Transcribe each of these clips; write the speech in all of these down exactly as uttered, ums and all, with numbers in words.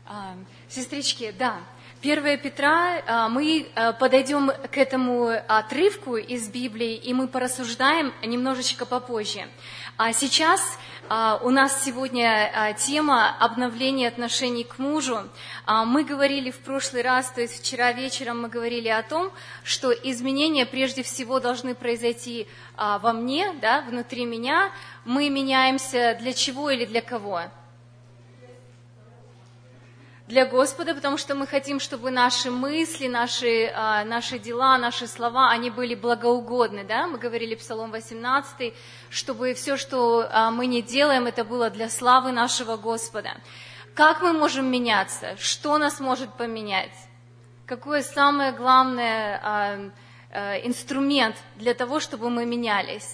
А, Сестрички, да, первое Петра, а, мы а, подойдем к этому отрывку из Библии, и мы порассуждаем немножечко попозже. А сейчас а, у нас сегодня а, тема обновления отношений к мужу. А, мы говорили в прошлый раз, то есть вчера вечером мы говорили о том, что изменения прежде всего должны произойти а, во мне, да, внутри меня. Мы меняемся для чего или для кого? Для Господа, потому что мы хотим, чтобы наши мысли, наши, наши дела, наши слова, они были благоугодны, да? Мы говорили Псалом восемнадцатый, чтобы все, что мы не делаем, это было для славы нашего Господа. Как мы можем меняться? Что нас может поменять? Какой самый главный инструмент для того, чтобы мы менялись?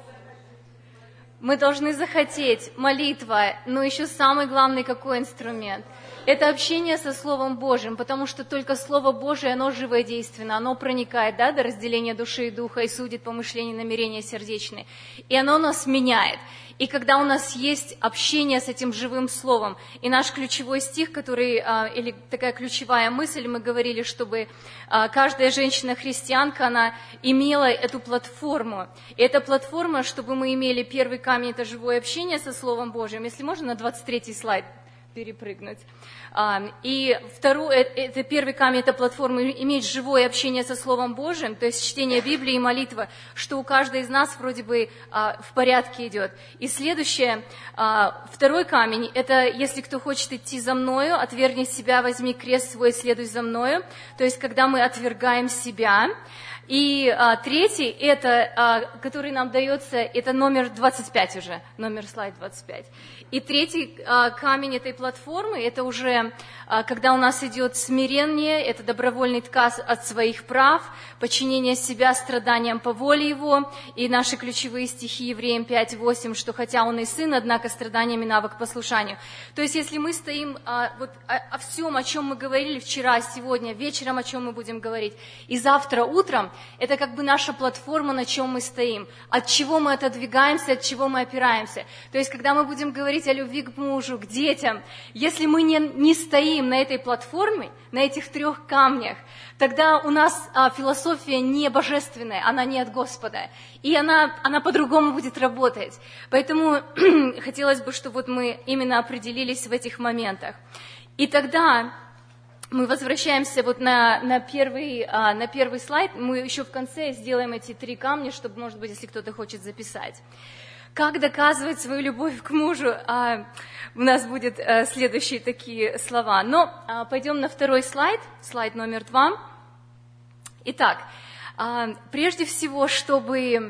Мы должны захотеть, молитва, но еще самый главный какой инструмент? Это общение со Словом Божьим, потому что только Слово Божие, оно живодейственно, оно проникает, да, до разделения души и духа и судит помышления и намерения сердечные. И оно нас меняет. И когда у нас есть общение с этим живым Словом, и наш ключевой стих, который, или такая ключевая мысль, мы говорили, чтобы каждая женщина-христианка, она имела эту платформу. И эта платформа, чтобы мы имели первый камень, это живое общение со Словом Божьим. Если можно, на двадцать третий слайд перепрыгнуть. И второй, это первый камень, это платформа, иметь живое общение со Словом Божьим, то есть чтение Библии и молитва, что у каждой из нас вроде бы в порядке идет. И следующее, второй камень, это если кто хочет идти за мною, отвергни себя, возьми крест свой, следуй за мною, то есть когда мы отвергаем себя. И а, третий, это, а, который нам дается, это номер двадцать пять уже, номер слайд двадцать пять. И третий а, камень этой платформы, это уже, а, когда у нас идет смирение, это добровольный отказ от своих прав, подчинение себя страданиям по воле Его, и наши ключевые стихи Евреям пять восемь, что хотя Он и сын, однако страданиями навык к послушанию. То есть если мы стоим а, вот, о, о всем, о чем мы говорили вчера, сегодня, вечером, о чем мы будем говорить, и завтра утром, это как бы наша платформа, на чем мы стоим, от чего мы отодвигаемся, от чего мы опираемся. То есть, когда мы будем говорить о любви к мужу, к детям, если мы не, не стоим на этой платформе, на этих трех камнях, тогда у нас а, философия не божественная, она не от Господа, и она, она по-другому будет работать. Поэтому хотелось бы, чтобы вот мы именно определились в этих моментах. И тогда мы возвращаемся вот на, на, первый, на первый слайд. Мы еще в конце сделаем эти три камня, чтобы, может быть, если кто-то хочет записать. Как доказывать свою любовь к мужу? У нас будут следующие такие слова. Но пойдем на второй слайд, слайд номер два. Итак, прежде всего, чтобы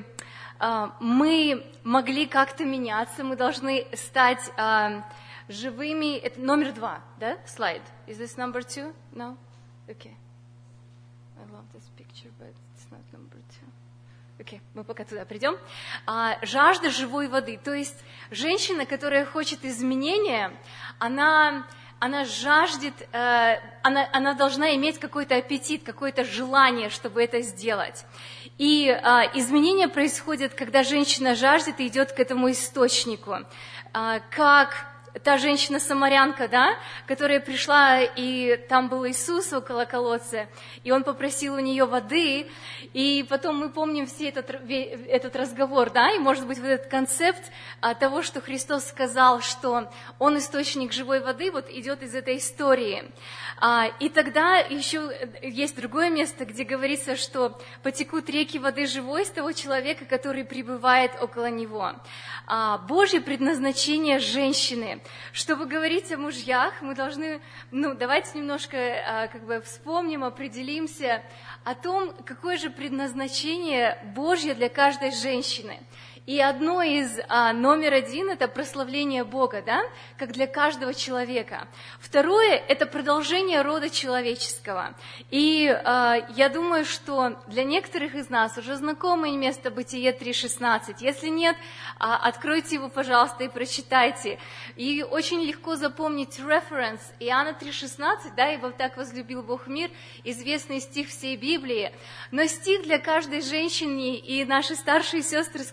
мы могли как-то меняться, мы должны стать живыми. Это номер два, да, слайд? Is this number two? No? Okay. I love this picture, but it's not number two. Окей, okay, мы пока туда придем. А, жажда живой воды. То есть женщина, которая хочет изменения, она, она жаждет, э, она, она должна иметь какой-то аппетит, какое-то желание, чтобы это сделать. И э, изменения происходят, когда женщина жаждет и идет к этому источнику. Э, как та женщина-самарянка, да, которая пришла, и там был Иисус около колодца, и он попросил у нее воды, и потом мы помним все этот, этот разговор, да, и, может быть, вот этот концепт а, того, что Христос сказал, что Он источник живой воды, вот идет из этой истории. А, и тогда еще есть другое место, где говорится, что потекут реки воды живой с того человека, который пребывает около него. А, Божье предназначение женщины. Чтобы говорить о мужьях, мы должны, ну, давайте немножко а, как бы вспомним, определимся о том, какое же предназначение Божье для каждой женщины. И одно из, а, номер один, это прославление Бога, да, как для каждого человека. Второе, это продолжение рода человеческого. И а, я думаю, что для некоторых из нас уже знакомое место Бытие три шестнадцать. Если нет, а, откройте его, пожалуйста, и прочитайте. И очень легко запомнить референс Иоанна три шестнадцать, да, «Ибо так возлюбил Бог мир», известный стих всей Библии. Но стих для каждой женщины, и наши старшие сестры, с которыми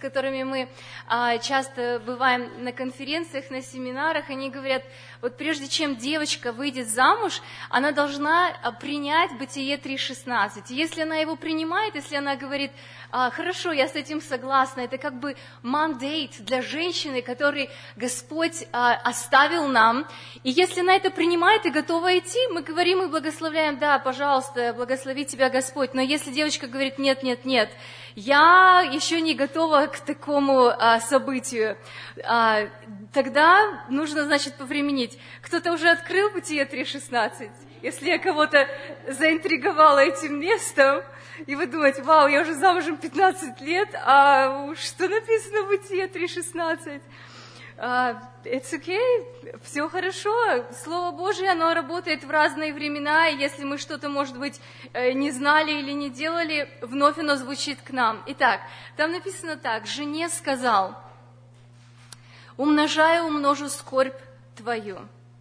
мы а, часто бываем на конференциях, на семинарах, они говорят, вот прежде чем девочка выйдет замуж, она должна принять Бытие три шестнадцать. Если она его принимает, если она говорит, а, хорошо, я с этим согласна, это как бы мандейт для женщины, который Господь а, оставил нам, и если она это принимает и готова идти, мы говорим и благословляем, да, пожалуйста, благослови тебя Господь, но если девочка говорит, нет, нет, нет, я еще не готова к такому а, событию, а, тогда нужно, значит, повременить. Кто-то уже открыл Бытие три шестнадцать? Если я кого-то заинтриговала этим местом, и вы думаете, вау, я уже замужем пятнадцать лет, а что написано в Бытие три шестнадцать? Uh, it's okay, все хорошо, Слово Божие, оно работает в разные времена, и если мы что-то, может быть, не знали или не делали, вновь оно звучит к нам. Итак, там написано так, «Жене сказал, умножаю, умножу скорбь твою,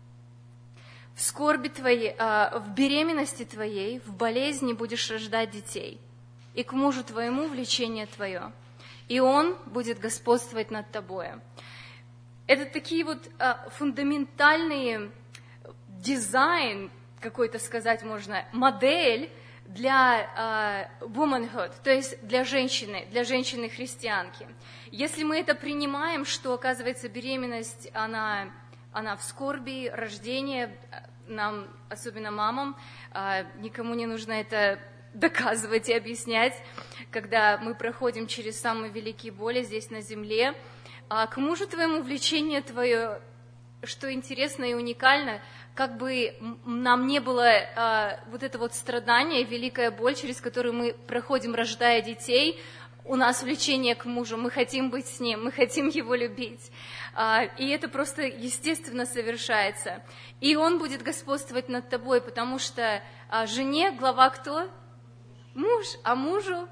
в скорби твоей, uh, в беременности твоей, в болезни будешь рождать детей, и к мужу твоему влечение твое, и он будет господствовать над тобою». Это такие вот а, фундаментальные дизайн, какой-то сказать можно, модель для а, womanhood, то есть для женщины, для женщины-христианки. Если мы это принимаем, что, оказывается, беременность, она, она в скорби, рождение, нам, особенно мамам, а, никому не нужно это доказывать и объяснять, когда мы проходим через самые великие боли здесь на земле. А к мужу твоему влечение твое, что интересно и уникально, как бы нам не было а, вот это вот страдание, великая боль, через которую мы проходим, рождая детей, у нас влечение к мужу, мы хотим быть с ним, мы хотим его любить. А, и это просто естественно совершается. И он будет господствовать над тобой, потому что а, жене глава кто? Муж, а мужу?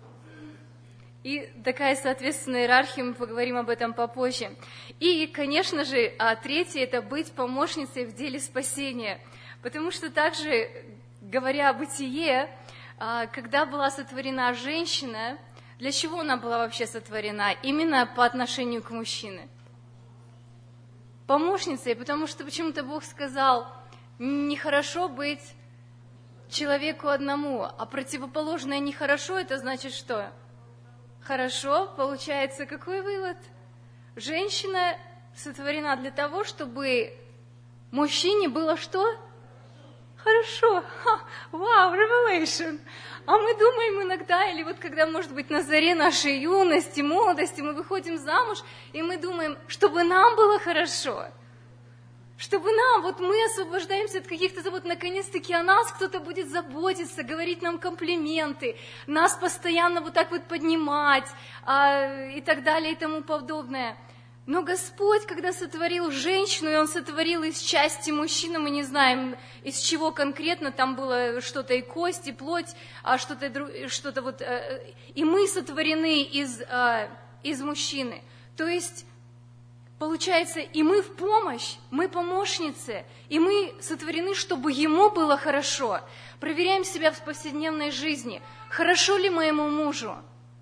И такая, соответственно, иерархия, мы поговорим об этом попозже. И, конечно же, третье – это быть помощницей в деле спасения. Потому что также, говоря о бытие, когда была сотворена женщина, для чего она была вообще сотворена? Именно по отношению к мужчине. Помощницей, потому что почему-то Бог сказал, нехорошо быть человеку одному, а противоположное нехорошо – это значит что? Хорошо, получается, какой вывод? Женщина сотворена для того, чтобы мужчине было что? Хорошо. Вау, wow, revelation. А мы думаем иногда, или вот когда, может быть, на заре нашей юности, молодости, мы выходим замуж, и мы думаем, чтобы нам было хорошо. Чтобы нам, вот мы освобождаемся от каких-то забот, наконец-таки о нас кто-то будет заботиться, говорить нам комплименты, нас постоянно вот так вот поднимать а, и так далее и тому подобное. Но Господь, когда сотворил женщину, и Он сотворил из части мужчины, мы не знаем, из чего конкретно, там было что-то и кость, и плоть, а что-то, что-то вот, и мы сотворены из, из мужчины. То есть получается, и мы в помощь, мы помощницы, и мы сотворены, чтобы ему было хорошо. Проверяем себя в повседневной жизни. Хорошо ли моему мужу?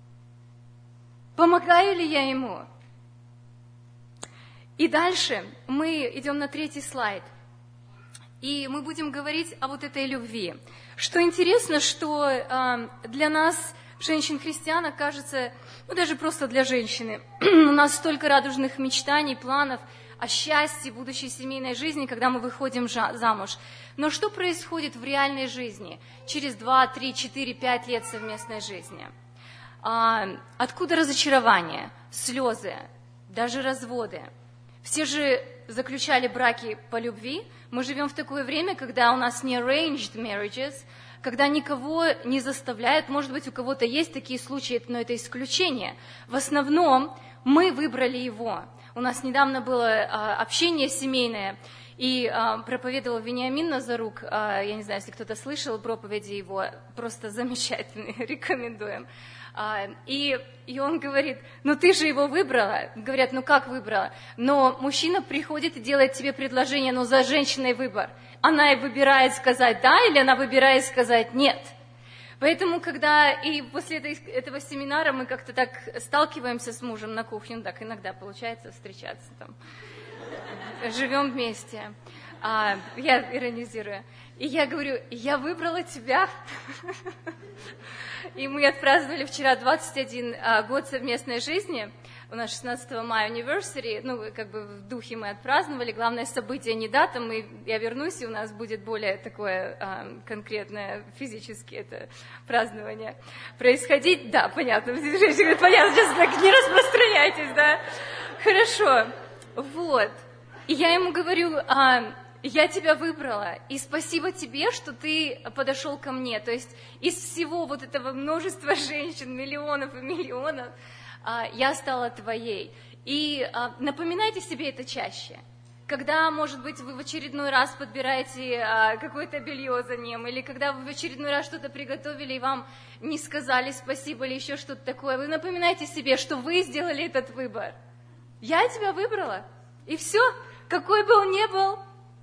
Помогаю ли я ему? И дальше мы идем на третий слайд. И мы будем говорить о вот этой любви. Что интересно, что э, для нас, женщин-христианок, кажется, ну даже просто для женщины, у нас столько радужных мечтаний, планов о счастье, будущей семейной жизни, когда мы выходим замуж. Но что происходит в реальной жизни через два, три, четыре, пять лет совместной жизни? А, откуда разочарование, слезы, даже разводы? Все же заключали браки по любви. Мы живем в такое время, когда у нас не arranged marriages, когда никого не заставляют, может быть, у кого-то есть такие случаи, но это исключение. В основном мы выбрали его. У нас недавно было а, общение семейное, и а, проповедовал Вениамин Назарук, а, я не знаю, если кто-то слышал проповеди его, просто замечательные, рекомендуем. А, и, и он говорит, ну ты же его выбрала. Говорят, ну как выбрала? Но мужчина приходит и делает тебе предложение, но за женщиной выбор. Она и выбирает сказать да, или она выбирает сказать нет. Поэтому, когда и после этой, этого семинара мы как-то так сталкиваемся с мужем на кухне, ну так иногда получается встречаться там, живем вместе, а, я иронизирую, и я говорю, я выбрала тебя, и мы отпраздновали вчера двадцать один а, год совместной жизни. У нас шестнадцатого мая anniversary, ну, как бы в духе мы отпраздновали. Главное событие не дата, мы, я вернусь, и у нас будет более такое а, конкретное физически это празднование происходить. Да, понятно, женщина говорит, понятно, сейчас так не распространяйтесь, да? Хорошо, вот. И я ему говорю, а, я тебя выбрала, и спасибо тебе, что ты подошел ко мне. То есть из всего вот этого множества женщин, миллионов и миллионов, я стала твоей. И а, напоминайте себе это чаще. Когда, может быть, вы в очередной раз подбираете а, какое-то белье за ним, или когда вы в очередной раз что-то приготовили, и вам не сказали спасибо, или еще что-то такое, вы напоминайте себе, что вы сделали этот выбор. Я тебя выбрала, и все, какой бы он ни был,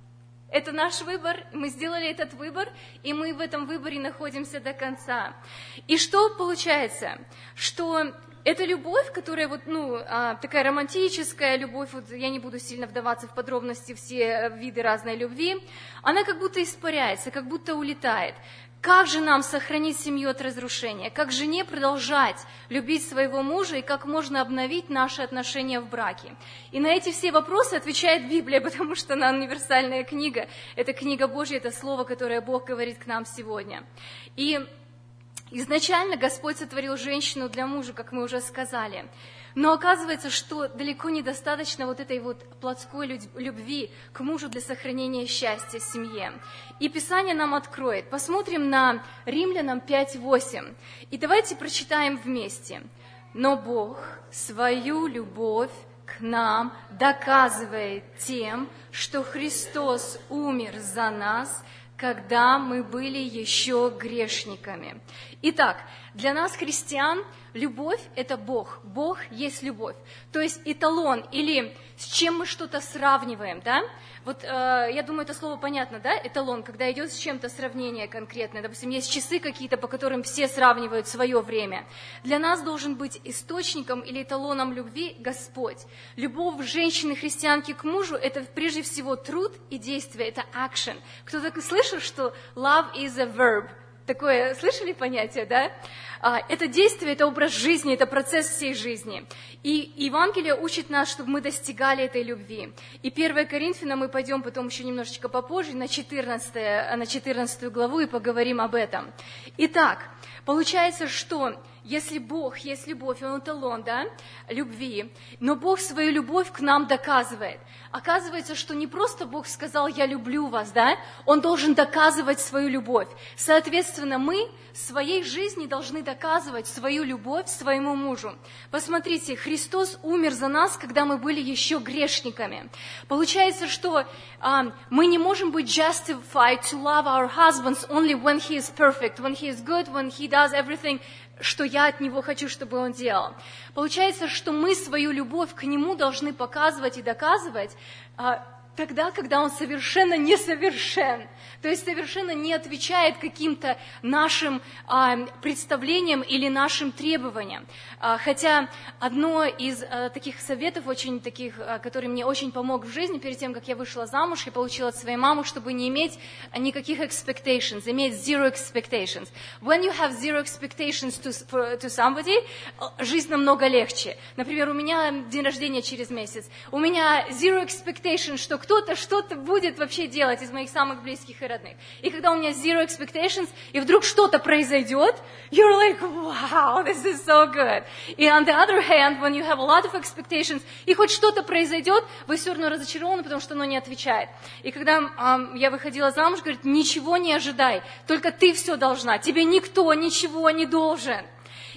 это наш выбор, мы сделали этот выбор, и мы в этом выборе находимся до конца. И что получается? Что эта любовь, которая вот, ну, такая романтическая любовь, вот я не буду сильно вдаваться в подробности, все виды разной любви, она как будто испаряется, как будто улетает. Как же нам сохранить семью от разрушения? Как жене продолжать любить своего мужа и как можно обновить наши отношения в браке? И на эти все вопросы отвечает Библия, потому что она универсальная книга. Это книга Божья, это слово, которое Бог говорит к нам сегодня. И изначально Господь сотворил женщину для мужа, как мы уже сказали. Но оказывается, что далеко недостаточно вот этой вот плотской любви к мужу для сохранения счастья в семье. И Писание нам откроет. Посмотрим на Римлянам пять восемь. И давайте прочитаем вместе. «Но Бог свою любовь к нам доказывает тем, что Христос умер за нас, когда мы были еще грешниками». Итак, для нас, христиан, любовь – это Бог. Бог есть любовь. То есть эталон или с чем мы что-то сравниваем, да? Вот э, я думаю, это слово понятно, да? Эталон, когда идет с чем-то сравнение конкретное. Допустим, есть часы какие-то, по которым все сравнивают свое время. Для нас должен быть источником или эталоном любви Господь. Любовь женщины-христианки к мужу – это прежде всего труд и действие, это action. Кто-то слышал, что love is a verb? Такое, слышали понятие, да? Это действие, это образ жизни, это процесс всей жизни. И Евангелие учит нас, чтобы мы достигали этой любви. И первое Коринфянам мы пойдем потом еще немножечко попозже, на четырнадцатую, на четырнадцатую главу и поговорим об этом. Итак, получается, что если Бог есть любовь, Он эталон, да, любви, но Бог свою любовь к нам доказывает. Оказывается, что не просто Бог сказал «я люблю вас», да, Он должен доказывать свою любовь. Соответственно, мы в своей жизни должны доказывать свою любовь своему мужу. Посмотрите, Христос умер за нас, когда мы были еще грешниками. Получается, что um, мы не можем быть justified to love our husbands only when he is perfect, when he is good, when he does everything, что я от него хочу, чтобы он делал. Получается, что мы свою любовь к нему должны показывать и доказывать а, тогда, когда он совершенно несовершен, то есть совершенно не отвечает каким-то нашим а, представлениям или нашим требованиям. А, хотя одно из а, таких советов, очень таких, а, который мне очень помог в жизни, перед тем, как я вышла замуж, я получила от своей мамы, чтобы не иметь никаких expectations, иметь zero expectations. When you have zero expectations to, for, to somebody, жизнь намного легче. Например, у меня день рождения через месяц, у меня zero expectations, что кто-то что-то будет вообще делать из моих самых близких и родных. И когда у меня zero expectations, и вдруг что-то произойдет, you're like, wow, this is so good. И on the other hand, when you have a lot of expectations, и хоть что-то произойдет, вы все равно разочарованы, потому что оно не отвечает. И когда um, я выходила замуж, говорит, ничего не ожидай, только ты все должна, тебе никто ничего не должен.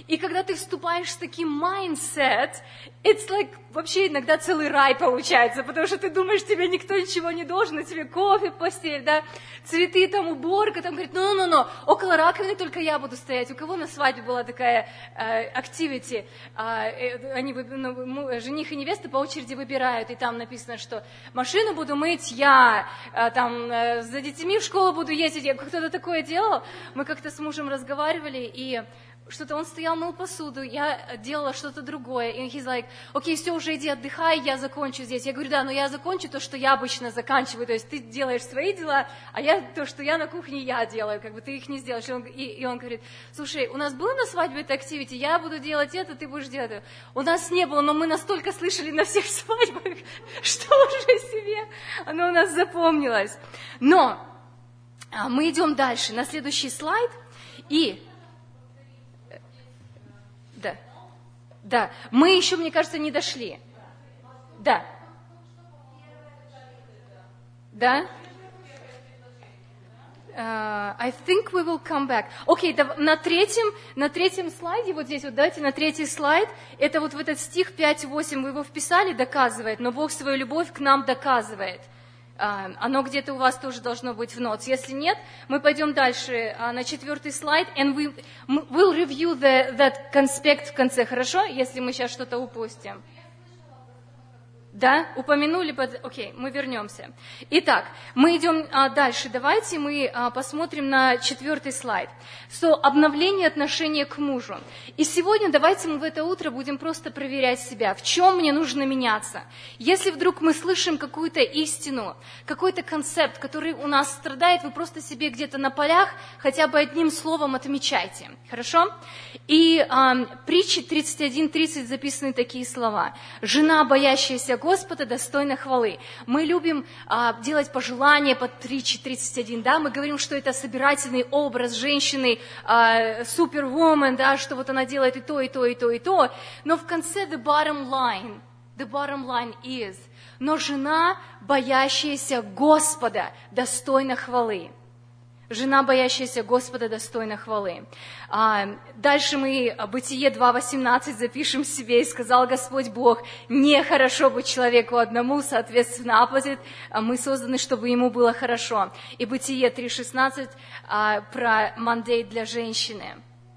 И когда ты вступаешь с таким mindset, it's like вообще иногда целый рай получается, потому что ты думаешь, тебе никто ничего не должен, а тебе кофе, постель, да, цветы, там, уборка, там, говорит, ну-ну-ну, около раковины только я буду стоять. У кого на свадьбе была такая активити, э, э, они, ну, жених и невеста по очереди выбирают, и там написано, что машину буду мыть я, э, там, э, за детьми в школу буду ездить, я кто-то такое делал. Мы как-то с мужем разговаривали, и что-то он стоял, мыл посуду, я делала что-то другое, и he's like, окей, все, уже иди отдыхай, я закончу здесь. Я говорю, да, но я закончу то, что я обычно заканчиваю, то есть ты делаешь свои дела, а я то, что я на кухне, я делаю, как бы ты их не сделаешь. И он, и, и он говорит, слушай, у нас было на свадьбе это активити, я буду делать это, ты будешь делать это. У нас не было, но мы настолько слышали на всех свадьбах, что уже себе оно у нас запомнилось. Но мы идем дальше, на следующий слайд, и... Да, да, мы еще, мне кажется, не дошли. Да. Да? Uh, I think we will come back. Окей, okay, на третьем, на третьем слайде, вот здесь вот, давайте на третий слайд, это вот в этот стих пять восемь, вы его вписали, доказывает, но Бог свою любовь к нам доказывает. Uh, оно где-то у вас тоже должно быть в нотс. Если нет, мы пойдем дальше uh, на четвертый слайд, and we will review the, that conspect в конце, хорошо? Если мы сейчас что-то упустим. Да, упомянули, окей, okay, мы вернемся. Итак, мы идем а, дальше. Давайте мы а, посмотрим на четвертый слайд. So, обновление отношения к мужу. И сегодня давайте мы в это утро будем просто проверять себя, в чем мне нужно меняться. Если вдруг мы слышим какую-то истину, какой-то концепт, который у нас страдает, вы просто себе где-то на полях хотя бы одним словом отмечайте. Хорошо? И а, притчи тридцать один тридцать записаны такие слова. «Жена, боящаяся Господа, достойна хвалы». Мы любим а, делать пожелания под притчи тридцать один, да, мы говорим, что это собирательный образ женщины, а, супервумен, да, что вот она делает и то, и то, и то, и то, но в конце the bottom line, the bottom line is, но жена, боящаяся Господа, достойна хвалы. Жена, боящаяся Господа, достойна хвалы. А, дальше мы Бытие два восемнадцать запишем себе. «И сказал Господь Бог, нехорошо быть человеку одному, соответственно, opposite, мы созданы, чтобы ему было хорошо». И Бытие три шестнадцать а, про мандейт для женщины.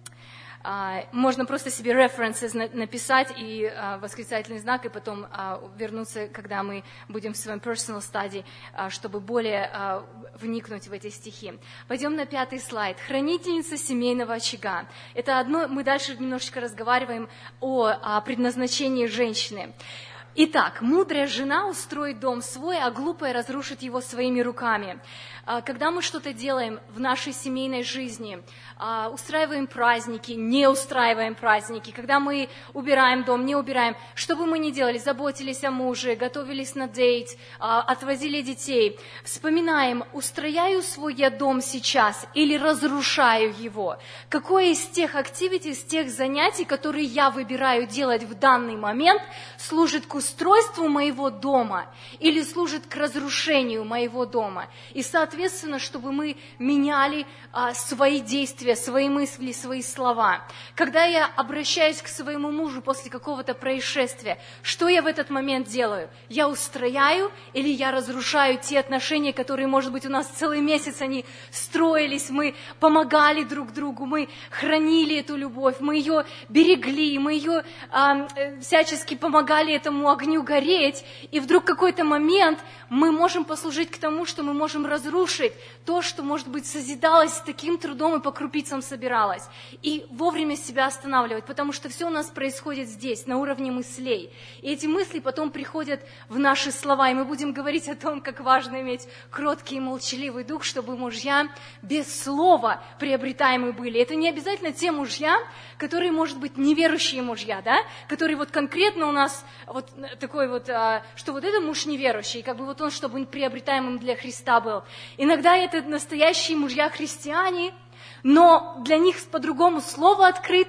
Uh, можно просто себе references на- написать и uh, восклицательный знак, и потом uh, вернуться, когда мы будем в своем personal study, uh, чтобы более uh, вникнуть в эти стихи. Пойдем на пятый слайд. Хранительница семейного очага. Это одно, мы дальше немножечко разговариваем о, о предназначении женщины. Итак, мудрая жена устроит дом свой, а глупая разрушит его своими руками. Когда мы что-то делаем в нашей семейной жизни, устраиваем праздники, не устраиваем праздники, когда мы убираем дом, не убираем, что бы мы ни делали, заботились о муже, готовились на дейт, отвозили детей, вспоминаем, устрояю свой я дом сейчас или разрушаю его. Какое из тех активити, из тех занятий, которые я выбираю делать в данный момент, служит к устройству моего дома или служит к разрушению моего дома. И, соответственно, чтобы мы меняли а, свои действия, свои мысли, свои слова. Когда я обращаюсь к своему мужу после какого-то происшествия, что я в этот момент делаю? Я устрояю или я разрушаю те отношения, которые, может быть, у нас целый месяц они строились, мы помогали друг другу, мы хранили эту любовь, мы ее берегли, мы ее а, всячески помогали этому огню гореть, и вдруг в какой-то момент мы можем послужить к тому, что мы можем разрушить то, что, может быть, созидалось с таким трудом и по крупицам собиралось, и вовремя себя останавливать, потому что все у нас происходит здесь, на уровне мыслей. И эти мысли потом приходят в наши слова, и мы будем говорить о том, как важно иметь кроткий и молчаливый дух, чтобы мужья без слова приобретаемы были. Это не обязательно те мужья, которые, может быть, неверующие мужья, да, которые вот конкретно у нас вот такой вот, что вот это муж неверующий, как бы вот он, чтобы он приобретаемым для Христа был. Иногда это настоящие мужья-христиане, но для них по-другому слово открыто,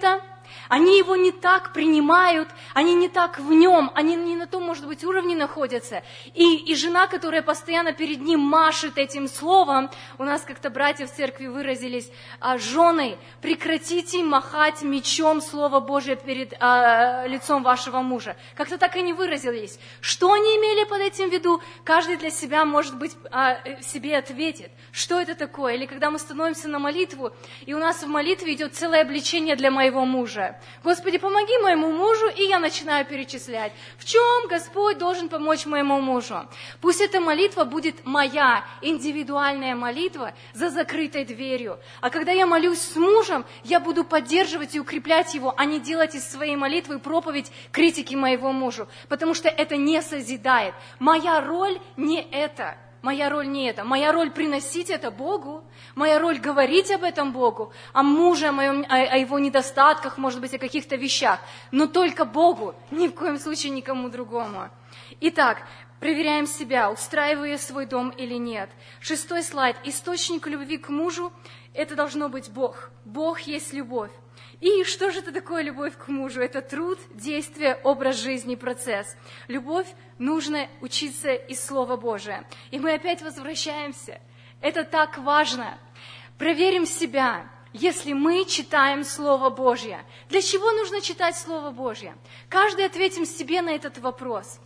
Они его не так принимают, они не так в нем, они не на том, может быть, уровне находятся. И, и жена, которая постоянно перед ним машет этим словом, у нас как-то братья в церкви выразились, а, жены, прекратите махать мечом Слова Божие перед а, лицом вашего мужа. Как-то так они выразились. Что они имели под этим в виду? Каждый для себя, может быть, а, себе ответит. Что это такое? Или когда мы становимся на молитву, и у нас в молитве идет целое обличение для моего мужа. Господи, помоги моему мужу, и я начинаю перечислять. В чем Господь должен помочь моему мужу? Пусть эта молитва будет моя индивидуальная молитва за закрытой дверью. А когда я молюсь с мужем, я буду поддерживать и укреплять его, а не делать из своей молитвы проповедь критики моего мужу. Потому что это не созидает. Моя роль не это. Моя роль не это. Моя роль приносить это Богу. Моя роль говорить об этом Богу. О муже, о, моем, о, о его недостатках, может быть, о каких-то вещах. Но только Богу. Ни в коем случае никому другому. Итак, проверяем себя, устраиваю я свой дом или нет. Шестой слайд. Источник любви к мужу – это должно быть Бог. Бог есть любовь. И что же это такое любовь к мужу? Это труд, действие, образ жизни, процесс. Любовь нужно учиться из Слова Божия. И мы опять возвращаемся. Это так важно. Проверим себя, если мы читаем Слово Божье. Для чего нужно читать Слово Божье? Каждый ответим себе на этот вопрос.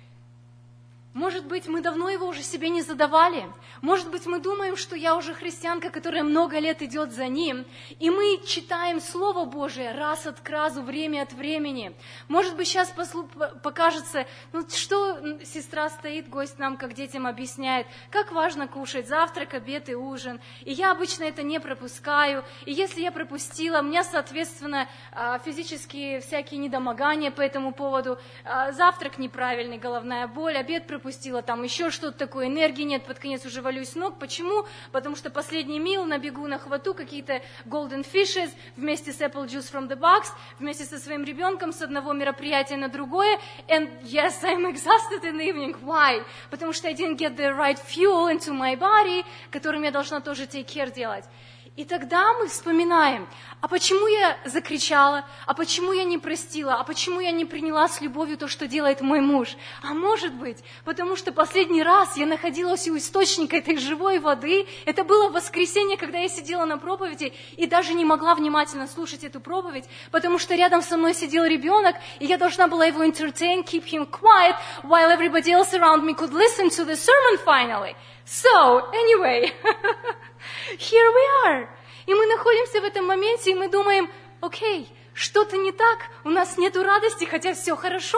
Может быть, мы давно его уже себе не задавали. Может быть, мы думаем, что я уже христианка, которая много лет идет за ним. И мы читаем Слово Божие раз от разу, время от времени. Может быть, сейчас послу... покажется, ну что сестра стоит, гость нам, как детям, объясняет, как важно кушать завтрак, обед и ужин. И я обычно это не пропускаю. И если я пропустила, у меня, соответственно, физические всякие недомогания по этому поводу. Завтрак неправильный, головная боль, обед пропустила. пропустила, там еще что-то такое, энергии нет, под конец уже валюсь с ног. Почему? Потому что последний мил на бегу, на хвату, какие-то golden fishes, вместе с apple juice from the box, вместе со своим ребенком, с одного мероприятия на другое. And yes, I'm exhausted in the evening. Why? Потому что I didn't get the right fuel into my body, которым я должна тоже take care делать. И тогда мы вспоминаем, а почему я закричала, а почему я не простила, а почему я не приняла с любовью то, что делает мой муж? А может быть, потому что последний раз я находилась у источника этой живой воды, это было в воскресенье, когда я сидела на проповеди и даже не могла внимательно слушать эту проповедь, потому что рядом со мной сидел ребенок, и я должна была его entertain, keep him quiet, while everybody else around me could listen to the sermon finally. So, anyway, here we are. И мы находимся в этом моменте, и мы думаем, окей, что-то не так, у нас нету радости, хотя все хорошо.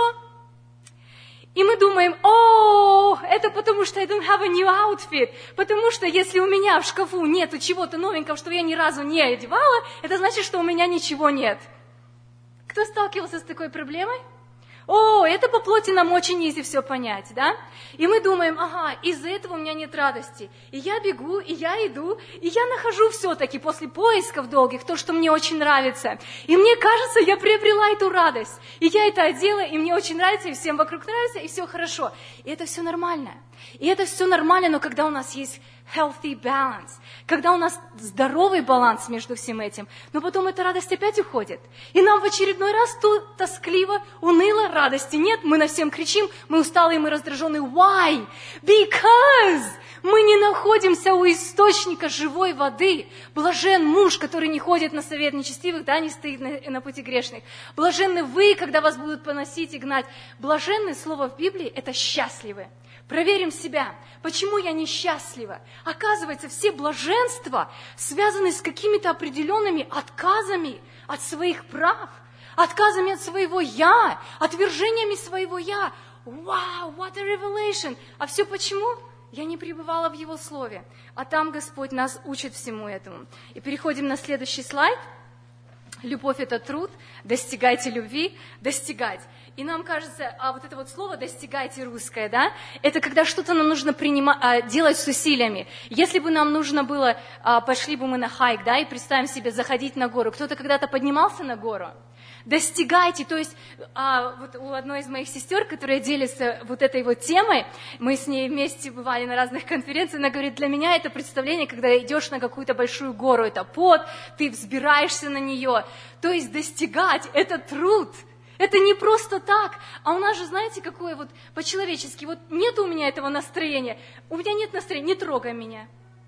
И мы думаем, о, это потому что I don't have a new outfit, потому что если у меня в шкафу нету чего-то новенького, что я ни разу не одевала, это значит, что у меня ничего нет. Кто сталкивался с такой проблемой? О, это по плоти нам очень easy все понять, да? И мы думаем, ага, из-за этого у меня нет радости. И я бегу, и я иду, и я нахожу все-таки после поисков долгих то, что мне очень нравится. И мне кажется, я приобрела эту радость. И я это одела, и мне очень нравится, и всем вокруг нравится, и все хорошо. И это все нормально. И это все нормально, но когда у нас есть healthy balance, когда у нас здоровый баланс между всем этим, но потом эта радость опять уходит. И нам в очередной раз тут тоскливо, уныло, радости нет, мы на всем кричим, мы усталые, мы раздраженные. Why? Because мы не находимся у источника живой воды. Блажен муж, который не ходит на совет нечестивых, да, не стоит на, на пути грешных. Блаженны вы, когда вас будут поносить и гнать. Блаженное слово в Библии – это счастливы. Проверим себя. Почему я несчастлива? Оказывается, все блаженства связаны с какими-то определенными отказами от своих прав, отказами от своего «я», отвержениями своего «я». Wow, what a revelation! А все почему? Я не пребывала в Его Слове. А там Господь нас учит всему этому. И переходим на следующий слайд. Любовь – это труд. Достигайте любви. Достигать. И нам кажется, а вот это вот слово «достигайте» русское, да, это когда что-то нам нужно принимать, делать с усилиями. Если бы нам нужно было, пошли бы мы на хайк, да, и представим себе заходить на гору. Кто-то когда-то поднимался на гору? Достигайте, то есть а, вот у одной из моих сестер, которая делится вот этой вот темой, мы с ней вместе бывали на разных конференциях, она говорит, для меня это представление, когда идешь на какую-то большую гору, это пот, ты взбираешься на нее, то есть достигать, это труд. Это не просто так, а у нас же, знаете, какое вот по-человечески, вот нет у меня этого настроения, у меня нет настроения, не трогай меня.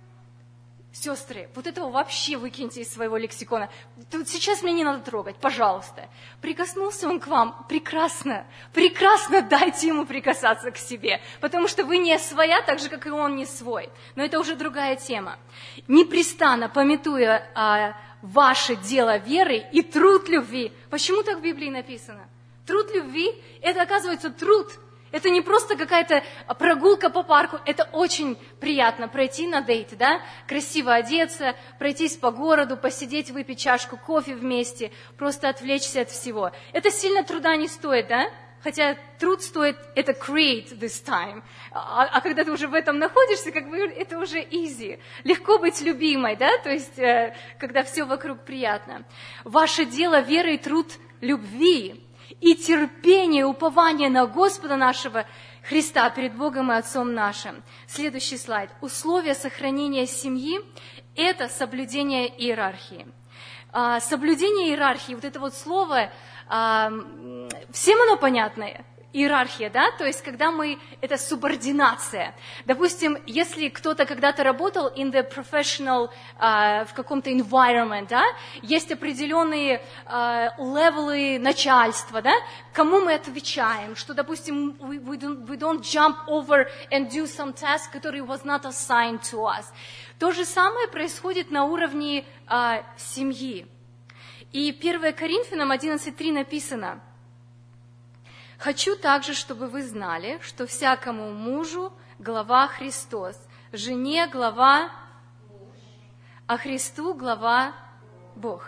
Сестры, вот этого вообще выкиньте из своего лексикона. Тут сейчас меня не надо трогать, пожалуйста. Прикоснулся он к вам, прекрасно, прекрасно дайте ему прикасаться к себе, потому что вы не своя, так же, как и он не свой. Но это уже другая тема. Непрестанно памятуя о ваше дело веры и труд любви. Почему так в Библии написано? Труд любви – это, оказывается, труд. Это не просто какая-то прогулка по парку, это очень приятно пройти на дейт, да? Красиво одеться, пройтись по городу, посидеть, выпить чашку кофе вместе, просто отвлечься от всего. Это сильно труда не стоит, да? Хотя труд стоит, это create this time. А, а когда ты уже в этом находишься, как бы это уже easy. Легко быть любимой, да? То есть, э, когда все вокруг приятно. Ваше дело веры и труд любви и терпение, упование на Господа нашего Христа перед Богом и Отцом нашим. Следующий слайд. Условия сохранения семьи – это соблюдение иерархии. А, соблюдение иерархии, вот это вот слово, а, всем оно понятное? Иерархия, да, то есть когда мы, это субординация. Допустим, если кто-то когда-то работал in the professional, uh, в каком-то environment, да, есть определенные uh, левелы начальства, да, кому мы отвечаем, что, допустим, we, we, don't, we don't jump over and do some task, который was not assigned to us. То же самое происходит на уровне uh, семьи. И первое Коринфянам одиннадцать три написано: «Хочу также, чтобы вы знали, что всякому мужу глава Христос, жене глава, а Христу глава Бог».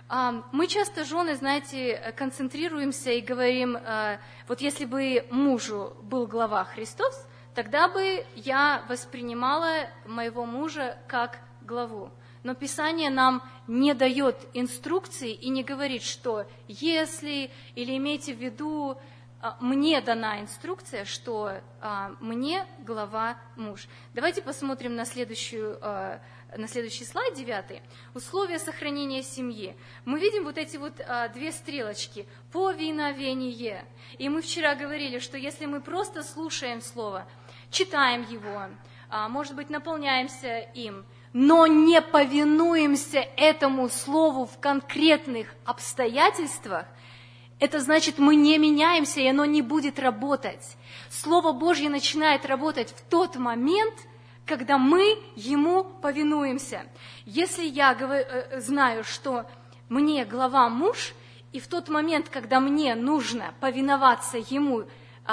Мы часто, жены, знаете, концентрируемся и говорим, вот если бы мужу был глава Христос, тогда бы я воспринимала моего мужа как главу. Но Писание нам не дает инструкции и не говорит, что если, или имейте в виду, мне дана инструкция, что а, мне глава муж. Давайте посмотрим на, следующую, а, на следующий слайд, девятый. Условия сохранения семьи. Мы видим вот эти вот а, две стрелочки. Повиновение. И мы вчера говорили, что если мы просто слушаем слово, читаем его, а, может быть, наполняемся им, но не повинуемся этому слову в конкретных обстоятельствах, это значит, мы не меняемся, и оно не будет работать. Слово Божье начинает работать в тот момент, когда мы Ему повинуемся. Если я знаю, что мне глава муж, и в тот момент, когда мне нужно повиноваться Ему,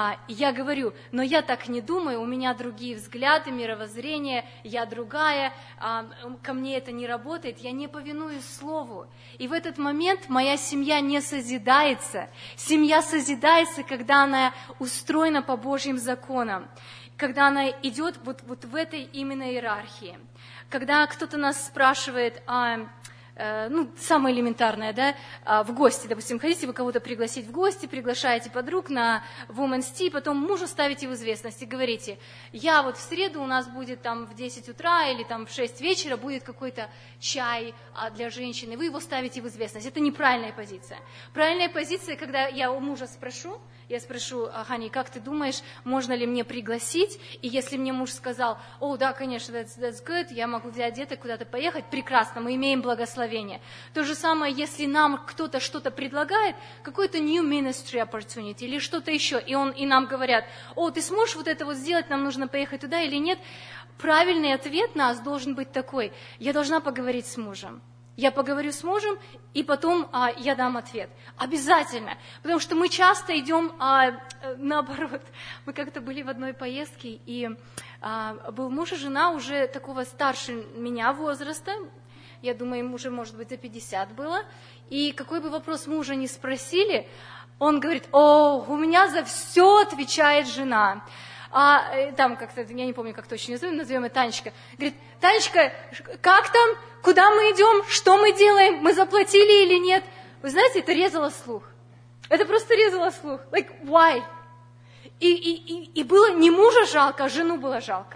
я говорю, но я так не думаю, у меня другие взгляды, мировоззрение, я другая, ко мне это не работает, я не повинуюсь Слову. И в этот момент моя семья не созидается. Семья созидается, когда она устроена по Божьим законам, когда она идет вот, вот в этой именно иерархии. Когда кто-то нас спрашивает, а, ну, самое элементарное, да, в гости, допустим, хотите вы кого-то пригласить в гости, приглашаете подруг на Women's Tea, потом мужу ставите в известность и говорите, я вот в среду у нас будет там в десять утра или там в шесть вечера будет какой-то чай для женщины, вы его ставите в известность. Это неправильная позиция. Правильная позиция, когда я у мужа спрошу, я спрошу, Хани, как ты думаешь, можно ли мне пригласить? И если мне муж сказал, о, да, конечно, that's, that's good, я могу взять деток, куда-то поехать, прекрасно, мы имеем благословение. То же самое, если нам кто-то что-то предлагает, какой-то new ministry opportunity или что-то еще, и, он, и нам говорят, о, ты сможешь вот это вот сделать, нам нужно поехать туда или нет? Правильный ответ нас должен быть такой, я должна поговорить с мужем. Я поговорю с мужем, и потом а, я дам ответ. Обязательно. Потому что мы часто идем а, наоборот. Мы как-то были в одной поездке, и а, был муж и жена уже такого старше меня возраста. Я думаю, им уже, может быть, за пятьдесят было. И какой бы вопрос мужа ни спросили, он говорит, о, у меня за все отвечает жена. А там как-то, я не помню, как точно назовем, назовем ее Танечка. Говорит, Танечка, как там, куда мы идем, что мы делаем, мы заплатили или нет? Вы знаете, это резало слух. Это просто резало слух. Like, why? И, и, и, и было не мужа жалко, а жену было жалко.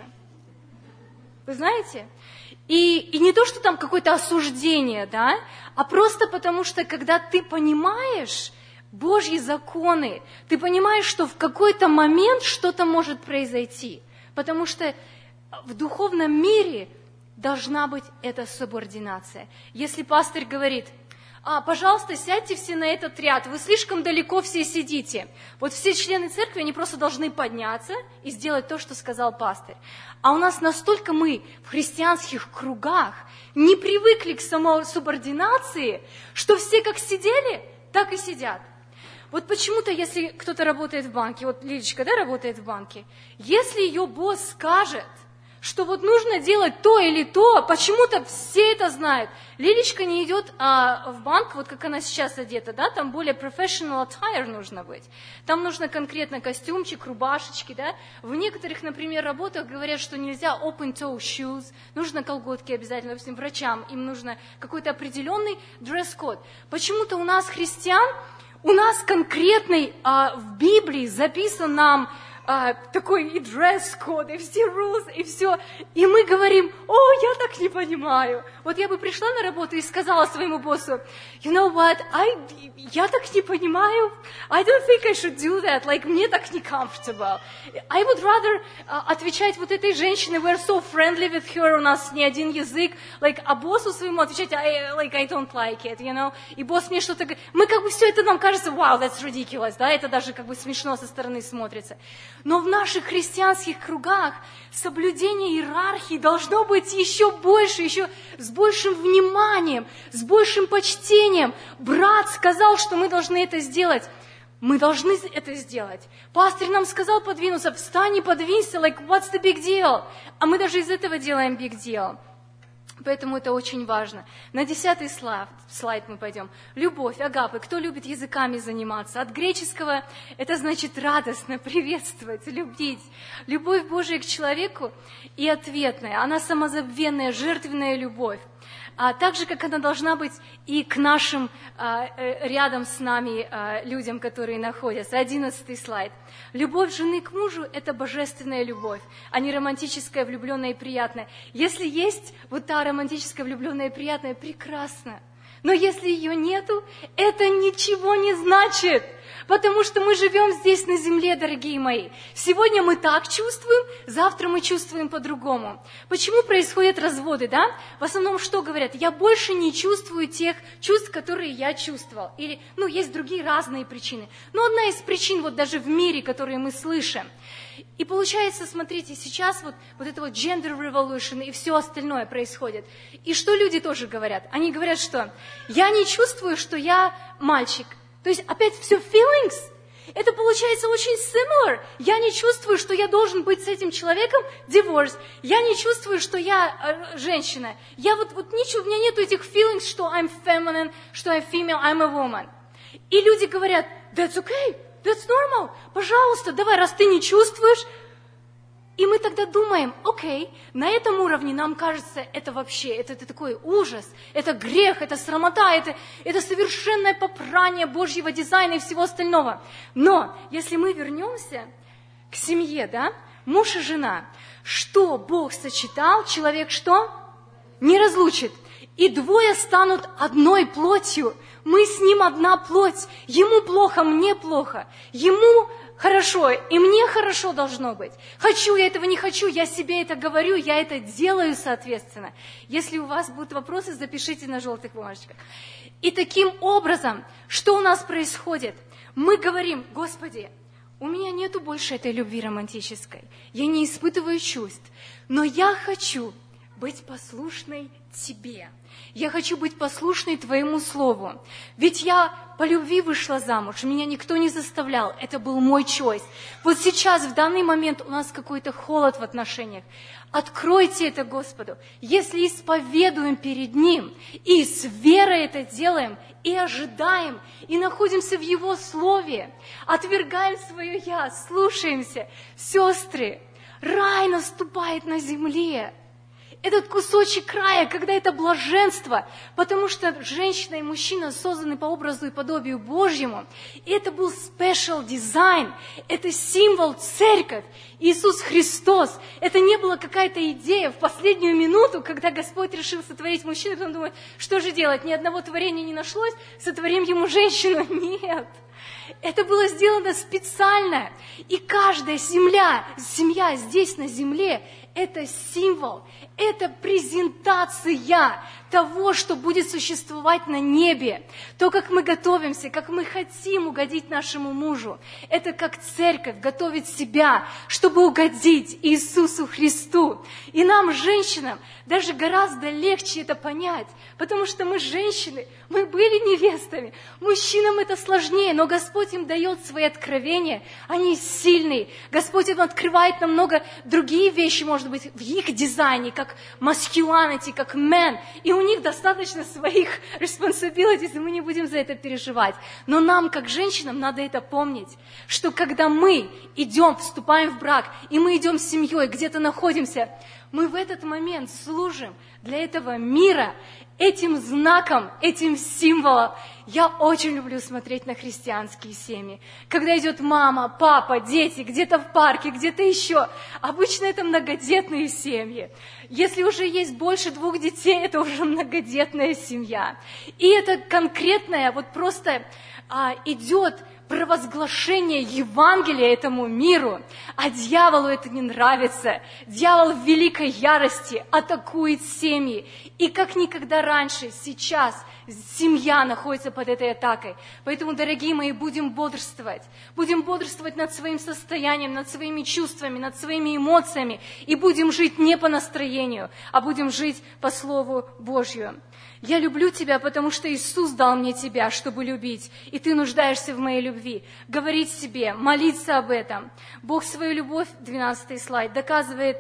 Вы знаете? И, и не то, что там какое-то осуждение, да, а просто потому, что когда ты понимаешь Божьи законы, ты понимаешь, что в какой-то момент что-то может произойти. Потому что в духовном мире должна быть эта субординация. Если пастырь говорит: а, пожалуйста, сядьте все на этот ряд, вы слишком далеко все сидите. Вот все члены церкви, они просто должны подняться и сделать то, что сказал пастырь. А у нас настолько мы в христианских кругах не привыкли к самосубординации, что все как сидели, так и сидят. Вот почему-то, если кто-то работает в банке, вот Лилечка, да, работает в банке, если ее босс скажет, что вот нужно делать то или то, почему-то все это знают. Лилечка не идет а, в банк, вот как она сейчас одета, да, там более professional attire нужно быть. Там нужно конкретно костюмчик, рубашечки, да. В некоторых, например, работах говорят, что нельзя open-toe shoes, нужно колготки обязательно, допустим, врачам, им нужно какой-то определенный дресс-код. Почему-то у нас, христиан, у нас конкретный а, в Библии записан нам А, такой и дресс-код, и все rules, и все. И мы говорим: о, я так не понимаю. Вот я бы пришла на работу и сказала своему боссу: you know what, I, я так не понимаю, I don't think I should do that, like, мне так не comfortable. I would rather uh, отвечать вот этой женщине: we're so friendly with her, у нас не один язык, like, а боссу своему отвечать: I, like, I don't like it, you know. И босс мне что-то говорит. Мы как бы все это нам кажется: wow, that's ridiculous, да, это даже как бы смешно со стороны смотрится. Но в наших христианских кругах соблюдение иерархии должно быть еще больше, еще с большим вниманием, с большим почтением. Брат сказал, что мы должны это сделать. Мы должны это сделать. Пастырь нам сказал подвинуться, встань и подвинься, like, what's the big deal? А мы даже из этого делаем big deal. Поэтому это очень важно. На десятый слайд, слайд мы пойдем. Любовь, агапы. Кто любит языками заниматься? От греческого это значит радостно, приветствовать, любить. Любовь Божия к человеку и ответная. Она самозабвенная, жертвенная любовь. А так же, как она должна быть и к нашим а, э, рядом с нами а, людям, которые находятся. Одиннадцатый слайд. Любовь жены к мужу – это божественная любовь, а не романтическая, влюбленная и приятная. Если есть вот та романтическая, влюбленная и приятная, прекрасно. Но если ее нету, это ничего не значит, потому что мы живем здесь на земле, дорогие мои. Сегодня мы так чувствуем, завтра мы чувствуем по-другому. Почему происходят разводы, да? В основном что говорят? Я больше не чувствую тех чувств, которые я чувствовал. Или, ну, есть другие разные причины. Но одна из причин, вот даже в мире, которые мы слышим. И получается, смотрите, сейчас вот, вот это вот gender revolution и все остальное происходит. И что люди тоже говорят? Они говорят, что я не чувствую, что я мальчик. То есть опять все feelings. Это получается очень similar. Я не чувствую, что я должен быть с этим человеком divorce. Я не чувствую, что я э, женщина. Я вот, вот ничего, у меня нету этих feelings, что I'm feminine, что I'm female, I'm a woman. И люди говорят: that's okay. That's normal. Пожалуйста, давай, раз ты не чувствуешь. И мы тогда думаем: окей, на этом уровне нам кажется, это вообще, это, это такой ужас, это грех, это срамота, это, это совершенное попрание Божьего дизайна и всего остального. Но если мы вернемся к семье, да, муж и жена, что Бог сочетал, человек что? Не разлучит. И двое станут одной плотью. Мы с ним одна плоть. Ему плохо, мне плохо. Ему хорошо, и мне хорошо должно быть. Хочу я этого, не хочу, я себе это говорю, я это делаю соответственно. Если у вас будут вопросы, запишите на желтых бумажечках. И таким образом, что у нас происходит? Мы говорим: Господи, у меня нету больше этой любви романтической. Я не испытываю чувств, но я хочу быть послушной Тебе. Я хочу быть послушной Твоему Слову. Ведь я по любви вышла замуж, меня никто не заставлял, это был мой choice. Вот сейчас, в данный момент, у нас какой-то холод в отношениях. Откройте это Господу. Если исповедуем перед Ним, и с верой это делаем, и ожидаем, и находимся в Его Слове, отвергаем свое «я», слушаемся, сестры, рай наступает на земле. этот кусочек края, когда это блаженство, потому что женщина и мужчина созданы по образу и подобию Божьему, и это был special design, это символ церковь, Иисус Христос. Это не была какая-то идея в последнюю минуту, когда Господь решил сотворить мужчину, потом думает, что же делать, ни одного творения не нашлось, сотворим ему женщину. Нет. Это было сделано специально. И каждая земля, семья здесь на земле, это символ, это презентация того, что будет существовать на небе. То, как мы готовимся, как мы хотим угодить нашему мужу. Это как церковь готовит себя, чтобы угодить Иисусу Христу. И нам, женщинам, даже гораздо легче это понять, потому что мы женщины, мы были невестами. Мужчинам это сложнее, но Господь им дает свои откровения, они сильные. Господь им открывает намного другие вещи, может быть, в их дизайне, как masculinity, как men, и у них достаточно своих responsibilities, и мы не будем за это переживать. Но нам, как женщинам, надо это помнить, что когда мы идем, вступаем в брак, и мы идем с семьей, где-то находимся, мы в этот момент служим для этого мира, этим знаком, этим символом. Я очень люблю смотреть на христианские семьи. Когда идет мама, папа, дети, где-то в парке, где-то еще. Обычно это многодетные семьи. Если уже есть больше двух детей, это уже многодетная семья. И это конкретное, вот просто а, идет провозглашение Евангелия этому миру, а дьяволу это не нравится. Дьявол в великой ярости атакует семьи. И как никогда раньше, сейчас семья находится под этой атакой. Поэтому, дорогие мои, будем бодрствовать. Будем бодрствовать над своим состоянием, над своими чувствами, над своими эмоциями. И будем жить не по настроению, а будем жить по Слову Божью. Я люблю тебя, потому что Иисус дал мне тебя, чтобы любить, и ты нуждаешься в моей любви. Говорить себе, молиться об этом. Бог свою любовь, двенадцатый слайд, доказывает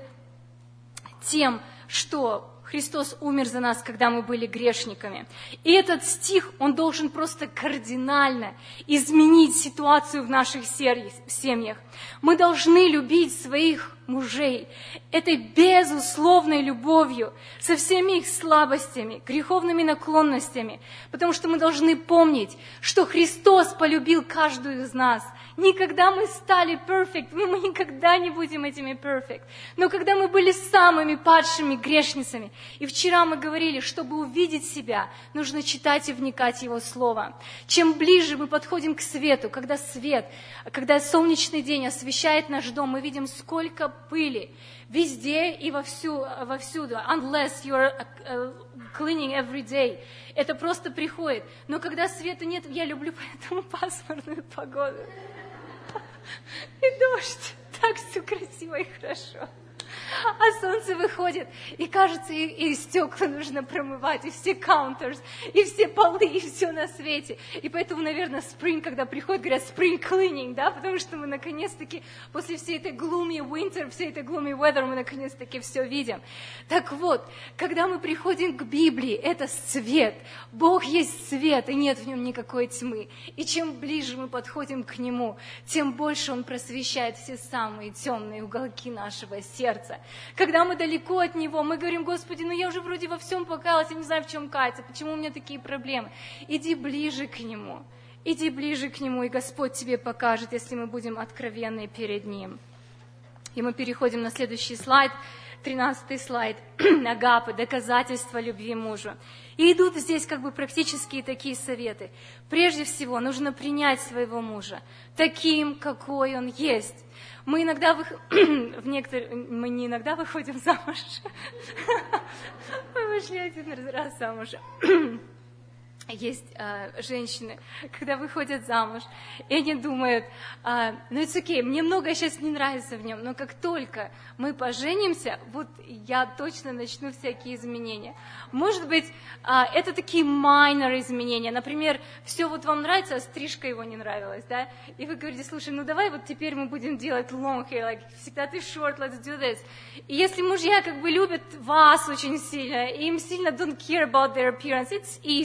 тем, что Христос умер за нас, когда мы были грешниками. И этот стих, он должен просто кардинально изменить ситуацию в наших семьях. Мы должны любить своих мужей этой безусловной любовью, со всеми их слабостями, греховными наклонностями, потому что мы должны помнить, что Христос полюбил каждую из нас. Никогда мы стали perfect, мы никогда не будем этими perfect. Но когда мы были самыми падшими грешницами, и вчера мы говорили, чтобы увидеть себя, нужно читать и вникать в Его Слово. Чем ближе мы подходим к свету, когда свет, когда солнечный день освещает наш дом, мы видим, сколько пыли везде и вовсю, вовсюду. Unless you're cleaning every day. Это просто приходит. Но когда света нет, я люблю поэтому пасмурную погоду. И дождь. Так все красиво и хорошо. А солнце выходит, и кажется, и, и стекла нужно промывать, и все counters, и все полы, и все на свете. И поэтому, наверное, spring, когда приходит, говорят spring cleaning, да, потому что мы наконец-таки после всей этой gloomy winter, всей этой gloomy weather, мы наконец-таки все видим. Так вот, когда мы приходим к Библии, это свет. Бог есть свет, и нет в нем никакой тьмы. И чем ближе мы подходим к Нему, тем больше Он просвещает все самые темные уголки нашего сердца. Когда мы далеко от Него, мы говорим, Господи, ну я уже вроде во всем покаялась, я не знаю, в чем каяться, почему у меня такие проблемы. Иди ближе к Нему, иди ближе к Нему, и Господь тебе покажет, если мы будем откровенны перед Ним. И мы переходим на следующий слайд, тринадцатый слайд, агапы, доказательства любви мужу. И идут здесь как бы практические такие советы. Прежде всего, нужно принять своего мужа таким, какой он есть. Мы иногда, вы... в некоторых... мы не иногда выходим замуж. Мы вышли один раз замуж. Есть э, женщины, когда выходят замуж, и они думают, э, ну, it's okay, мне многое сейчас не нравится в нем, но как только мы поженимся, вот я точно начну всякие изменения. Может быть, э, это такие minor изменения, например, все вот вам нравится, а стрижка его не нравилась, да, и вы говорите, слушай, ну давай вот теперь мы будем делать long hair, like, всегда ты short, let's do this. И если мужья как бы любят вас очень сильно, и им сильно don't care about their appearance, it's easy, they're like,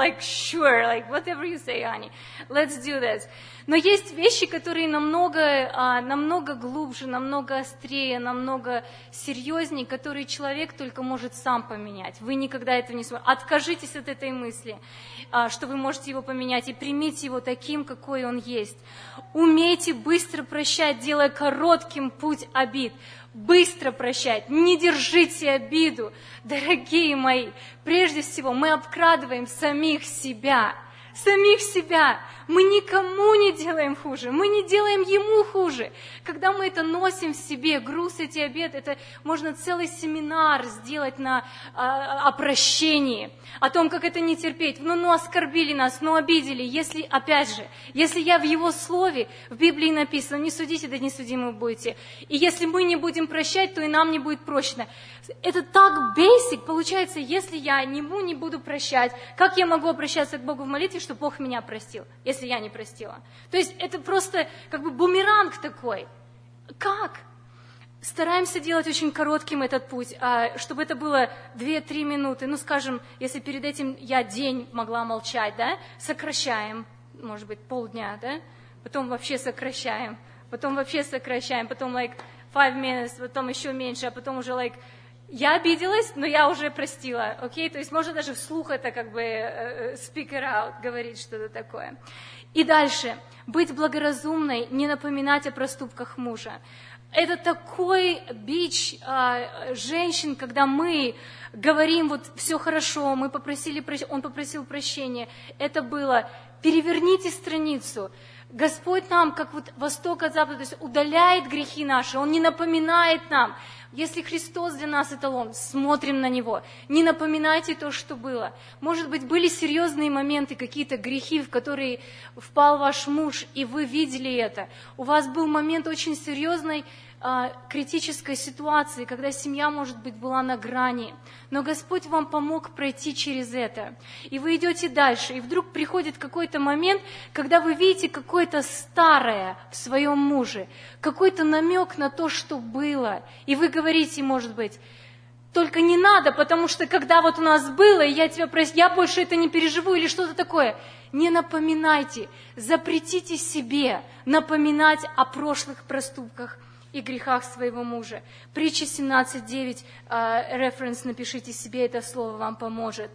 like, sure, like, whatever you say, honey, let's do this. Но есть вещи, которые намного, намного глубже, намного острее, намного серьезнее, которые человек только может сам поменять. Вы никогда этого не сможете. Откажитесь от этой мысли, что вы можете его поменять, и примите его таким, какой он есть. Умейте быстро прощать, делая коротким путь обид. Быстро прощать, не держите обиду, дорогие мои. Прежде всего, мы обкрадываем самих себя, самих себя. Мы никому не делаем хуже, мы не делаем ему хуже. Когда мы это носим в себе, груз эти обиды, это можно целый семинар сделать на, а, о прощении, о том, как это не терпеть. Ну, ну, оскорбили нас, ну, обидели. Если, опять же, если я в его слове, в Библии написано, не судите, да не судимы будете. И если мы не будем прощать, то и нам не будет прощено. Это так basic. Получается, если я ему не буду прощать, как я могу обращаться к Богу в молитве, чтобы Бог меня простил, если я не простила? То есть это просто как бы бумеранг такой. Как? Стараемся делать очень коротким этот путь, чтобы это было две-три минуты. Ну, скажем, если перед этим я день могла молчать, да, сокращаем, может быть, полдня, да, потом вообще сокращаем, потом вообще сокращаем, потом, like, five minutes, потом еще меньше, а потом уже, like, я обиделась, но я уже простила, окей? Okay? То есть можно даже вслух это как бы uh, speak it out, говорить что-то такое. И дальше. Быть благоразумной, не напоминать о проступках мужа. Это такой бич uh, женщин, когда мы говорим, вот все хорошо, мы попросили, он попросил прощения. Это было, переверните страницу. Господь нам, как вот восток от запада, то есть удаляет грехи наши, Он не напоминает нам. Если Христос для нас эталон, смотрим на Него. Не напоминайте то, что было. Может быть, были серьезные моменты, какие-то грехи, в которые впал ваш муж, и вы видели это. У вас был момент очень серьезной а, критической ситуации, когда семья, может быть, была на грани. Но Господь вам помог пройти через это. И вы идете дальше. И вдруг приходит какой-то момент, когда вы видите какое-то старое в своем муже, какой-то намек на то, что было. И вы говорите, может быть, только не надо, потому что когда вот у нас было, и я тебя просил, я больше это не переживу, или что-то такое. Не напоминайте, запретите себе напоминать о прошлых проступках и грехах своего мужа. Притча семнадцать девять, референс, напишите себе, это слово вам поможет.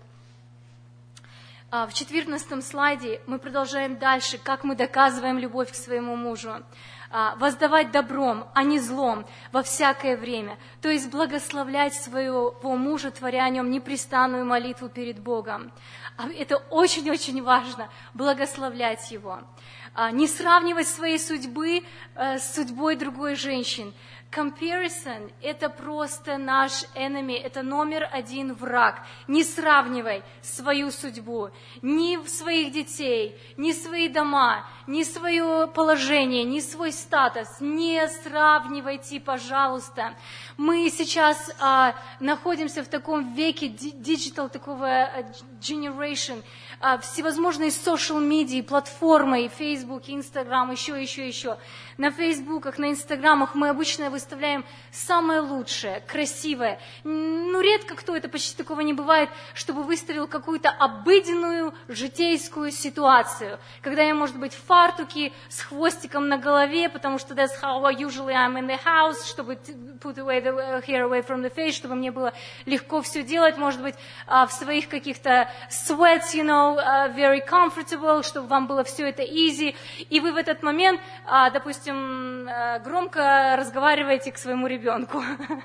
В четырнадцатом слайде мы продолжаем дальше, как мы доказываем любовь к своему мужу. Воздавать добром, а не злом во всякое время. То есть благословлять своего мужа, творя о нем непрестанную молитву перед Богом. Это очень-очень важно, благословлять его. Не сравнивать свои судьбы с судьбой другой женщины. Comparison – это просто наш enemy, это номер один враг. Не сравнивай свою судьбу, ни своих детей, ни свои дома, ни свое положение, ни свой статус. Не сравнивайте, пожалуйста. Мы сейчас а, находимся в таком веке digital, такого generation, а, всевозможные social media, платформы, Facebook, Instagram, еще, еще, еще. На Фейсбуках, на Инстаграмах мы обычно выставляем самое лучшее, красивое. Ну, редко кто, это почти такого не бывает, чтобы выставил какую-то обыденную житейскую ситуацию. Когда я, может быть, в фартуке с хвостиком на голове, потому что that's how usually I'm in the house, чтобы put away the hair away from the face, чтобы мне было легко все делать, может быть, в своих каких-то sweats, you know, very comfortable, чтобы вам было все это easy. И вы в этот момент, допустим, громко разговариваете к своему ребенку.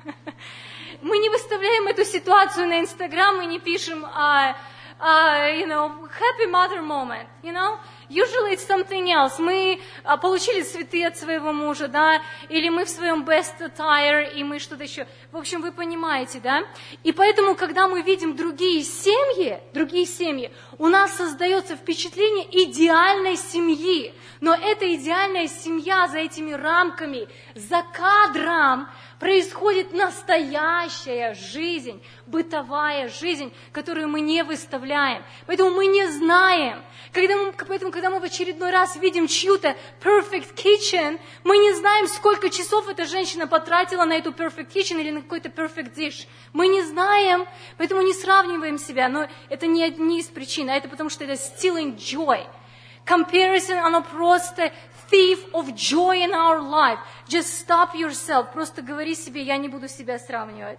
Мы не выставляем эту ситуацию на Инстаграм и не пишем, uh, uh, you know, happy mother moment, you know. Usually it's something else. Мы uh, получили цветы от своего мужа, да, или мы в своем best attire, и мы что-то еще. В общем, вы понимаете, да? И поэтому, когда мы видим другие семьи, другие семьи, у нас создается впечатление идеальной семьи. Но эта идеальная семья за этими рамками, за кадром, происходит настоящая жизнь, бытовая жизнь, которую мы не выставляем. Поэтому мы не знаем. Когда мы, поэтому, когда мы в очередной раз видим чью-то perfect kitchen, мы не знаем, сколько часов эта женщина потратила на эту perfect kitchen или на какой-то perfect dish. Мы не знаем, поэтому не сравниваем себя. Но это не одни из причин, а это потому, что это stealing joy. Comparison, оно просто thief of joy in our life. Just stop yourself. Просто говори себе, я не буду себя сравнивать.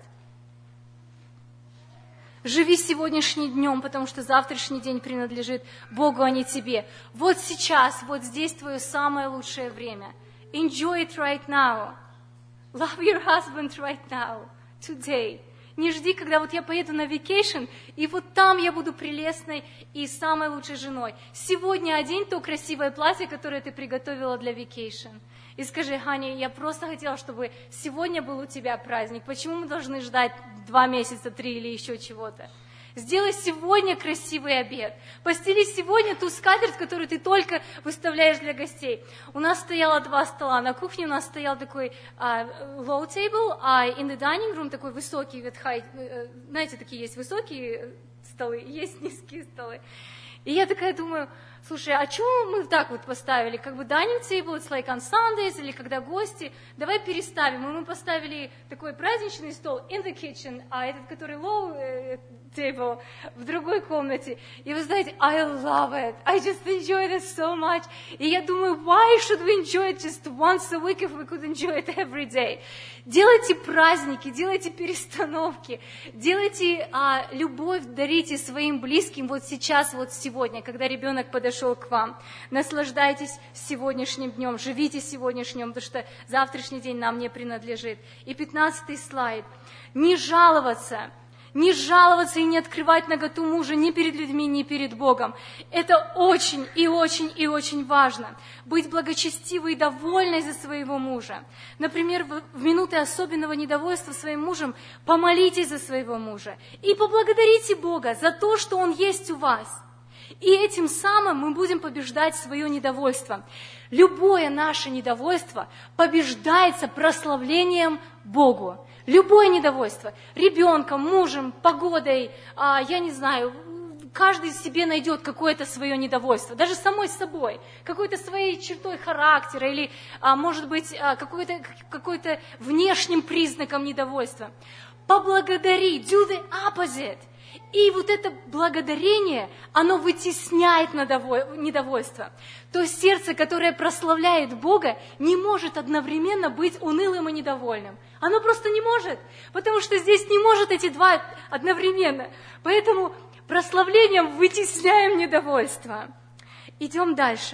Живи сегодняшним днем, потому что завтрашний день принадлежит Богу, а не тебе. Вот сейчас, вот здесь твое самое лучшее время. Enjoy it right now. Love your husband right now, today. Не жди, когда вот я поеду на vacation, и вот там я буду прелестной и самой лучшей женой. Сегодня одень то красивое платье, которое ты приготовила для vacation. И скажи, Ханя, я просто хотела, чтобы сегодня был у тебя праздник. Почему мы должны ждать два месяца, три или еще чего-то? Сделай сегодня красивый обед. Постели сегодня ту скатерть, которую ты только выставляешь для гостей. У нас стояло два стола. На кухне у нас стоял такой uh, low table, а in the dining room такой высокий, вот high, знаете, такие есть высокие столы, есть низкие столы. И я такая думаю, слушай, а чего мы так вот поставили? Как бы dining table, it's like on Sundays, или когда гости, давай переставим. И мы поставили такой праздничный стол in the kitchen, а этот, который low table, в другой комнате. И вы знаете, I love it. I just enjoy it so much. И я думаю, why should we enjoy it just once a week if we could enjoy it every day? Делайте праздники, делайте перестановки, делайте а, любовь, дарите своим близким вот сейчас, вот сегодня, когда ребенок подошел к вам. Наслаждайтесь сегодняшним днем, живите сегодняшним, потому что завтрашний день нам не принадлежит. И пятнадцатый слайд. Не жаловаться. Не жаловаться и не открывать наготу мужа ни перед людьми, ни перед Богом. Это очень и очень и очень важно. Быть благочестивой и довольной за своего мужа. Например, в минуты особенного недовольства своим мужем помолитесь за своего мужа и поблагодарите Бога за то, что Он есть у вас. И этим самым мы будем побеждать свое недовольство. Любое наше недовольство побеждается прославлением Богу. Любое недовольство. Ребенком, мужем, погодой, а, я не знаю, каждый себе найдет какое-то свое недовольство. Даже самой собой. Какой-то своей чертой характера или, а, может быть, а, какой-то, какой-то внешним признаком недовольства. Поблагодари. Do the opposite. И вот это благодарение, оно вытесняет недовольство. То сердце, которое прославляет Бога, не может одновременно быть унылым и недовольным. Оно просто не может, потому что здесь не может эти два одновременно. Поэтому прославлением вытесняем недовольство. Идем дальше.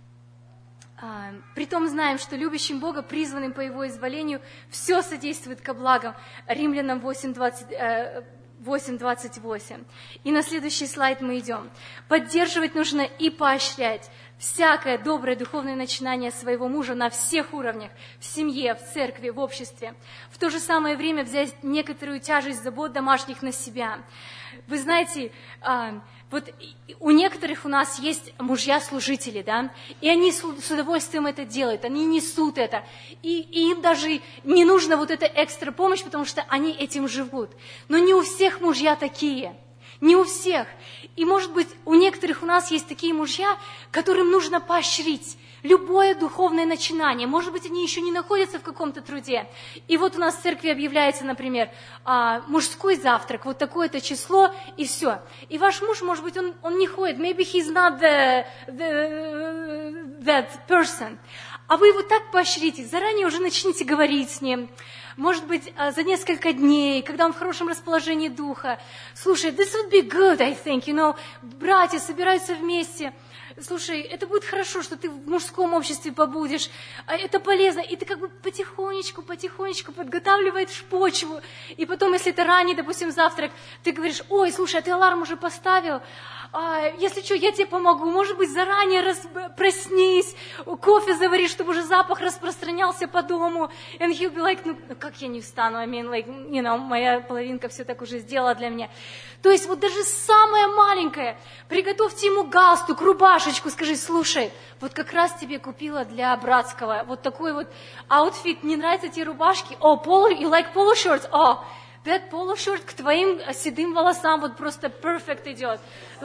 Притом знаем, что любящим Бога, призванным по Его изволению, все содействует ко благам. Римлянам восемь двадцать восемь. И на следующий слайд мы идем. Поддерживать нужно и поощрять всякое доброе духовное начинание своего мужа на всех уровнях, в семье, в церкви, в обществе. В то же самое время взять некоторую тяжесть забот домашних на себя. Вы знаете, вот у некоторых у нас есть мужья-служители, да, и они с удовольствием это делают, они несут это, и, и им даже не нужна вот эта экстра помощь, потому что они этим живут. Но не у всех мужья такие, не у всех. И, может быть, у некоторых у нас есть такие мужья, которым нужно поощрить любое духовное начинание. Может быть, они еще не находятся в каком-то труде. И вот у нас в церкви объявляется, например, мужской завтрак, вот такое-то число, и все. И ваш муж, может быть, он, он не ходит, maybe he's not the, the, that person. А вы его так поощрите, заранее уже начните говорить с ним. Может быть, за несколько дней, когда он в хорошем расположении духа. Слушай, this would be good, I think, you know, братья собираются вместе. Слушай, это будет хорошо, что ты в мужском обществе побудешь, это полезно. И ты как бы потихонечку, потихонечку подготавливаешь почву. И потом, если это ранний, допустим, завтрак, ты говоришь, ой, слушай, а ты аларм уже поставил? А, если что, я тебе помогу. Может быть, заранее раз... проснись, кофе завари, чтобы уже запах распространялся по дому. And he'll be like, ну, как я не встану? I mean, like, you know, моя половинка все так уже сделала для меня. То есть вот даже самое маленькое, приготовьте ему галстук, рубашечку, скажи, слушай, вот как раз тебе купила для братского вот такой вот аутфит, не нравятся тебе рубашки? О, oh, you like polo shorts? О, oh, that polo shirt к твоим седым волосам вот просто perfect идет. Like,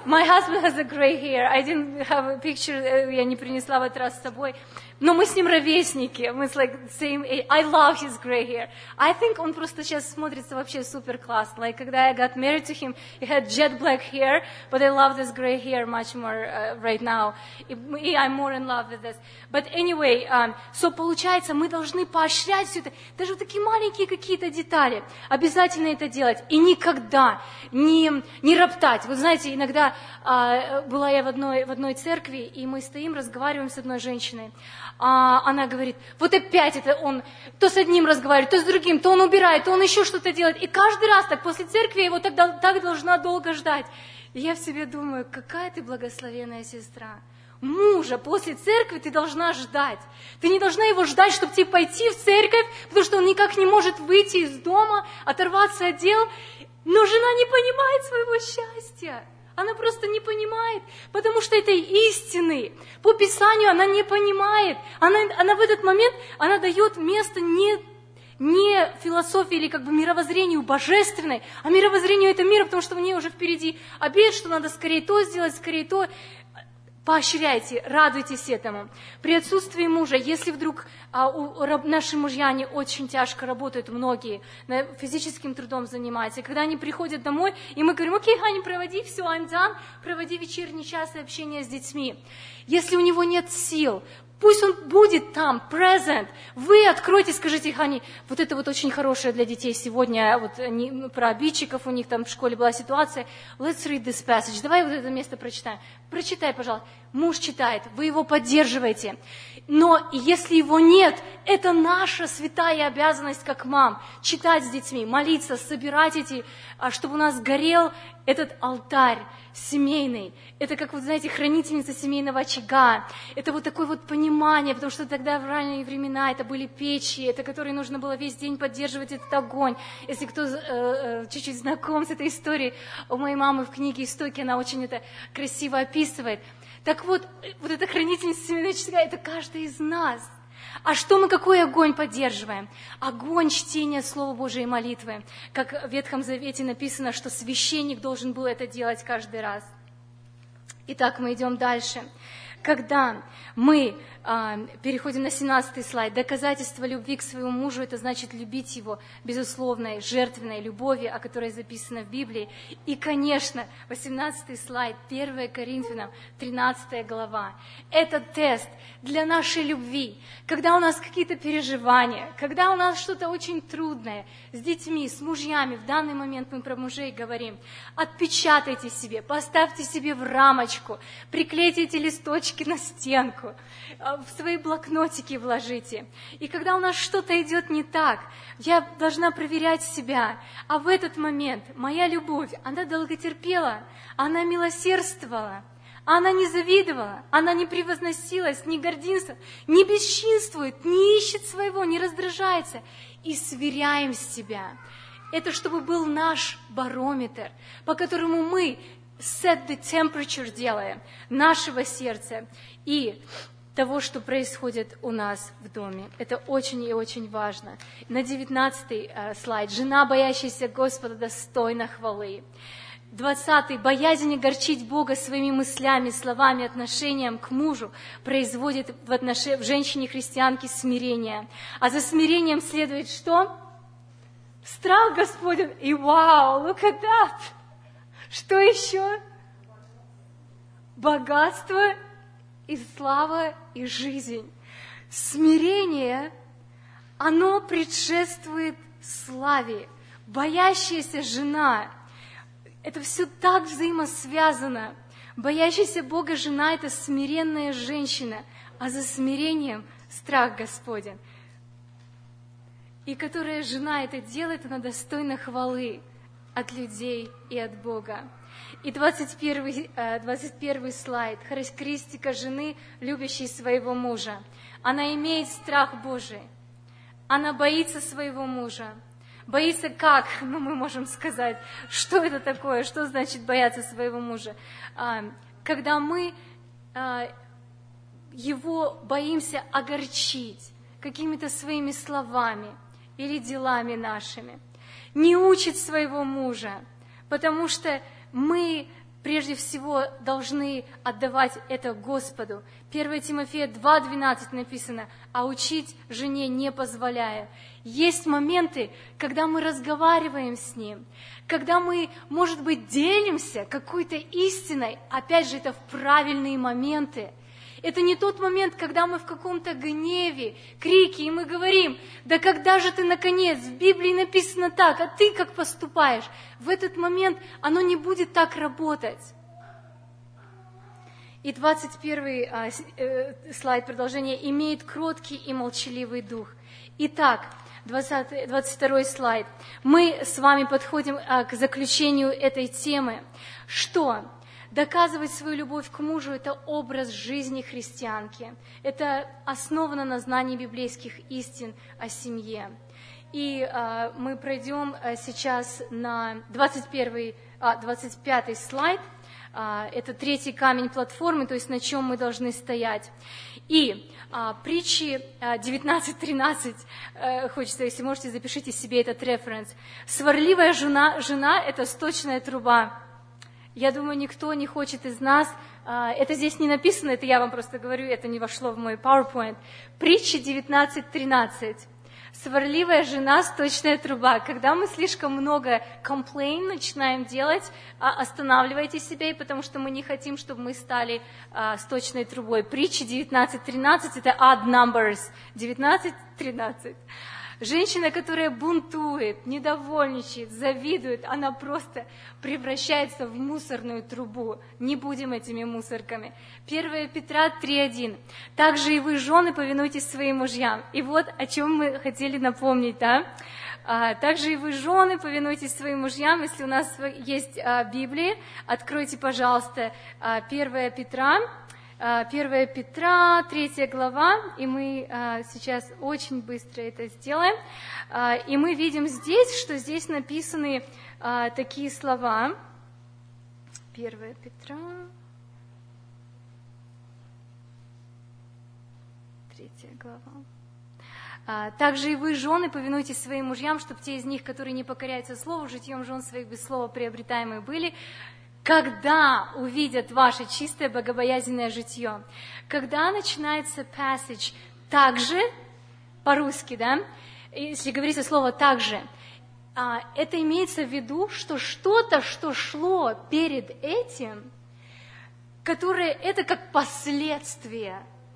My husband has a gray hair. I didn't have a picture, я не принесла в этот раз с собой. Но мы с ним ровесники. Мы с like same age. I love his gray hair. I think он просто сейчас смотрится вообще супер классно. Like, когда I got married to him, he had jet black hair, but I love this gray hair much more uh, right now. И, и I'm more in love with this. But anyway, um, so получается, мы должны поощрять все это. Даже вот такие маленькие какие-то детали. Обязательно это делать. И никогда не, не роптать. Вы знаете, иногда uh, была я в одной, в одной церкви, и мы стоим, разговариваем с одной женщиной. А она говорит, вот опять это он то с одним разговаривает, то с другим, то он убирает, то он еще что-то делает. И каждый раз так после церкви я его так, так должна долго ждать. И я в себе думаю, какая ты благословенная сестра. Мужа после церкви ты должна ждать. Ты не должна его ждать, чтобы тебе пойти в церковь, потому что он никак не может выйти из дома, оторваться от дел. Но жена не понимает своего счастья. Она просто не понимает, потому что это истины. По Писанию она не понимает. Она, она в этот момент, она дает место не, не философии или как бы мировоззрению божественной, а мировоззрению этого мира, потому что в ней уже впереди обед, что надо скорее то сделать, скорее то. Поощряйте, радуйтесь этому. При отсутствии мужа, если вдруг а, у, наши мужья, они очень тяжко работают, многие, физическим трудом занимаются, и когда они приходят домой, и мы говорим, окей, Ханя, проводи, все, I'm done, проводи вечерний час общения с детьми. Если у него нет сил, пусть он будет там, present. Вы откройте, скажите, Хани, вот это вот очень хорошее для детей сегодня, вот они, про обидчиков, у них там в школе была ситуация. Let's read this passage. Давай вот это место прочитаем. Прочитай, пожалуйста. Муж читает, вы его поддерживаете. Но если его нет, это наша святая обязанность, как мам, читать с детьми, молиться, собирать эти, чтобы у нас горел этот алтарь семейный. Это как, вот знаете, хранительница семейного очага. Это вот такое вот понимание, потому что тогда в ранние времена это были печи, это которые нужно было весь день поддерживать этот огонь. Если кто э, чуть-чуть знаком с этой историей, у моей мамы в книге «Истоки» она очень это красиво описывает. Так вот, вот эта хранительница семейного очага, это каждый из нас. А что мы, какой огонь поддерживаем? Огонь чтения Слова Божия и молитвы. Как в Ветхом Завете написано, что священник должен был это делать каждый раз. Итак, мы идем дальше. Когда мы э, переходим на семнадцатый слайд, доказательство любви к своему мужу, это значит любить его безусловной, жертвенной любовью, о которой записано в Библии. И, конечно, восемнадцатый слайд, первое Коринфянам, тринадцатая глава. Это тест для нашей любви. Когда у нас какие-то переживания, когда у нас что-то очень трудное с детьми, с мужьями, в данный момент мы про мужей говорим, отпечатайте себе, поставьте себе в рамочку, приклейте эти листочки на стенку, в свои блокнотики вложите. И когда у нас что-то идет не так, я должна проверять себя. А в этот момент моя любовь, она долготерпела, она милосердствовала, она не завидовала, она не превозносилась, не гордится, не бесчинствует, не ищет своего, не раздражается. И сверяем себя. Это чтобы был наш барометр, по которому мы set the temperature делаем нашего сердца и того, что происходит у нас в доме. Это очень и очень важно. На девятнадцатый э, слайд. Жена, боящаяся Господа, достойна хвалы. Двадцатый. Боязнь огорчить Бога своими мыслями, словами, отношением к мужу производит в, отнош... в женщине-христианке смирение. А за смирением следует что? Страх Господень. И вау, look at that! Что еще? Богатство и слава и жизнь. Смирение, оно предшествует славе. Боящаяся жена, это все так взаимосвязано. Боящаяся Бога жена – это смиренная женщина, а за смирением страх Господень. И которая жена это делает, она достойна хвалы от людей и от Бога. И двадцать первый, двадцать первый слайд. Характеристика жены, любящей своего мужа. Она имеет страх Божий. Она боится своего мужа. Боится как? Ну, мы можем сказать, что это такое, что значит бояться своего мужа. Когда мы его боимся огорчить какими-то своими словами или делами нашими. Не учит своего мужа, потому что мы прежде всего должны отдавать это Господу. первое Тимофея два двенадцать написано: «А учить жене не позволяя». Есть моменты, когда мы разговариваем с Ним, когда мы, может быть, делимся какой-то истиной, опять же, это в правильные моменты. Это не тот момент, когда мы в каком-то гневе, крике, и мы говорим: да когда же ты, наконец, в Библии написано так, а ты как поступаешь? В этот момент оно не будет так работать. И двадцать первый а, э, слайд продолжения: «имеет кроткий и молчаливый дух». Итак, двадцатый, двадцать второй слайд. Мы с вами подходим а, к заключению этой темы, что доказывать свою любовь к мужу – это образ жизни христианки. Это основано на знании библейских истин о семье. И а, мы пройдем а, сейчас на двадцать первый, а, двадцать пятый слайд. А, это третий камень платформы, то есть на чем мы должны стоять. И а, притчи а, девятнадцать тринадцать, а, хочется, если можете, запишите себе этот референс. «Сварливая жена, жена – это сточная труба». Я думаю, никто не хочет из нас, это здесь не написано, это я вам просто говорю, это не вошло в мой PowerPoint. Притча девятнадцать тринадцать. «Сварливая жена, сточная труба». Когда мы слишком много complain начинаем делать, останавливайте себя, потому что мы не хотим, чтобы мы стали сточной трубой. Притча девятнадцать тринадцать – это odd numbers. девятнадцать тринадцать. Женщина, которая бунтует, недовольничает, завидует, она просто превращается в мусорную трубу. Не будем этими мусорками. первое Петра три один. «Также и вы, жены, повинуйтесь своим мужьям». И вот о чем мы хотели напомнить, да? А, «Также и вы, жены, повинуйтесь своим мужьям». Если у нас есть а, Библия, откройте, пожалуйста, а, первое Петра. первое Петра, третья глава, и мы а, сейчас очень быстро это сделаем. А, и мы видим здесь, что здесь написаны а, такие слова. первое Петра, третья глава. А, «Также и вы, жены, повинуйтесь своим мужьям, чтобы те из них, которые не покоряются слову, житьем жен своих без слова приобретаемые были, когда увидят ваше чистое богобоязненное житье». Когда начинается passage «также», по-русски, да, если говорится слово «также», это имеется в виду, что что-то, что шло перед этим, которое это как последствие.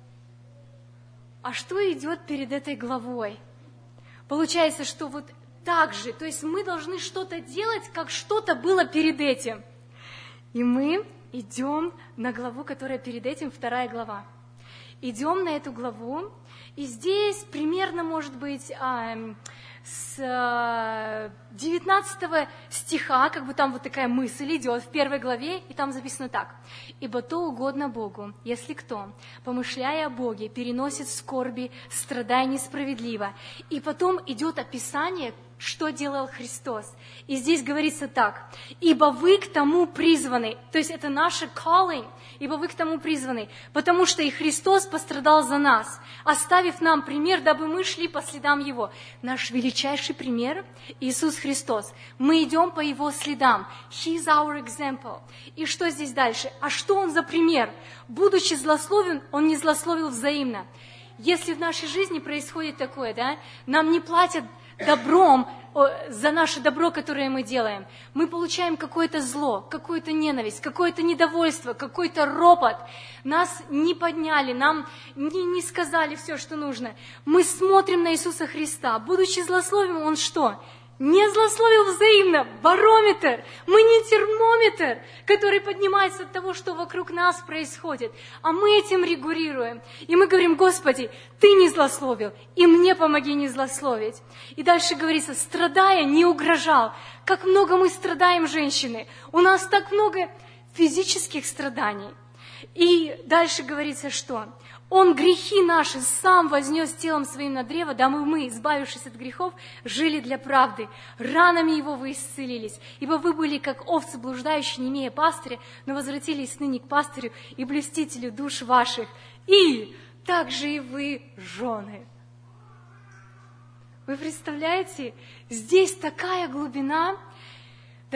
А что идет перед этой главой? Получается, что вот так же, то есть мы должны что-то делать, как что-то было перед этим. И мы идем на главу, которая перед этим, вторая глава. Идем на эту главу, и здесь примерно, может быть, с девятнадцатого стиха, как бы там вот такая мысль идет в первой главе, и там записано так. «Ибо то угодно Богу, если кто, помышляя о Боге, переносит скорби, страдая несправедливо». И потом идет описание, что делал Христос. И здесь говорится так: «Ибо вы к тому призваны», то есть это наше calling, «ибо вы к тому призваны, потому что и Христос пострадал за нас, оставив нам пример, дабы мы шли по следам Его». Наш величайший пример – Иисус Христос. Мы идем по Его следам. He is our example. И что здесь дальше? А что Он за пример? Будучи злословен, Он не злословил взаимно. Если в нашей жизни происходит такое, да, нам не платят добром за наше добро, которое мы делаем. Мы получаем какое-то зло, какую-то ненависть, какое-то недовольство, какой-то ропот. Нас не подняли, нам не, не сказали все, что нужно. Мы смотрим на Иисуса Христа. Будучи злословим, Он что? Не злословил взаимно. Барометр. Мы не термометр, который поднимается от того, что вокруг нас происходит. А мы этим регулируем. И мы говорим: Господи, Ты не злословил, и мне помоги не злословить. И дальше говорится: страдая, не угрожал. Как много мы страдаем, женщины. У нас так много физических страданий. И дальше говорится, что Он грехи наши сам вознес телом своим на древо, дабы мы, избавившись от грехов, жили для правды. Ранами Его вы исцелились, ибо вы были, как овцы блуждающие, не имея пастыря, но возвратились ныне к пастырю и блюстителю душ ваших. И также и вы, жены. Вы представляете, здесь такая глубина.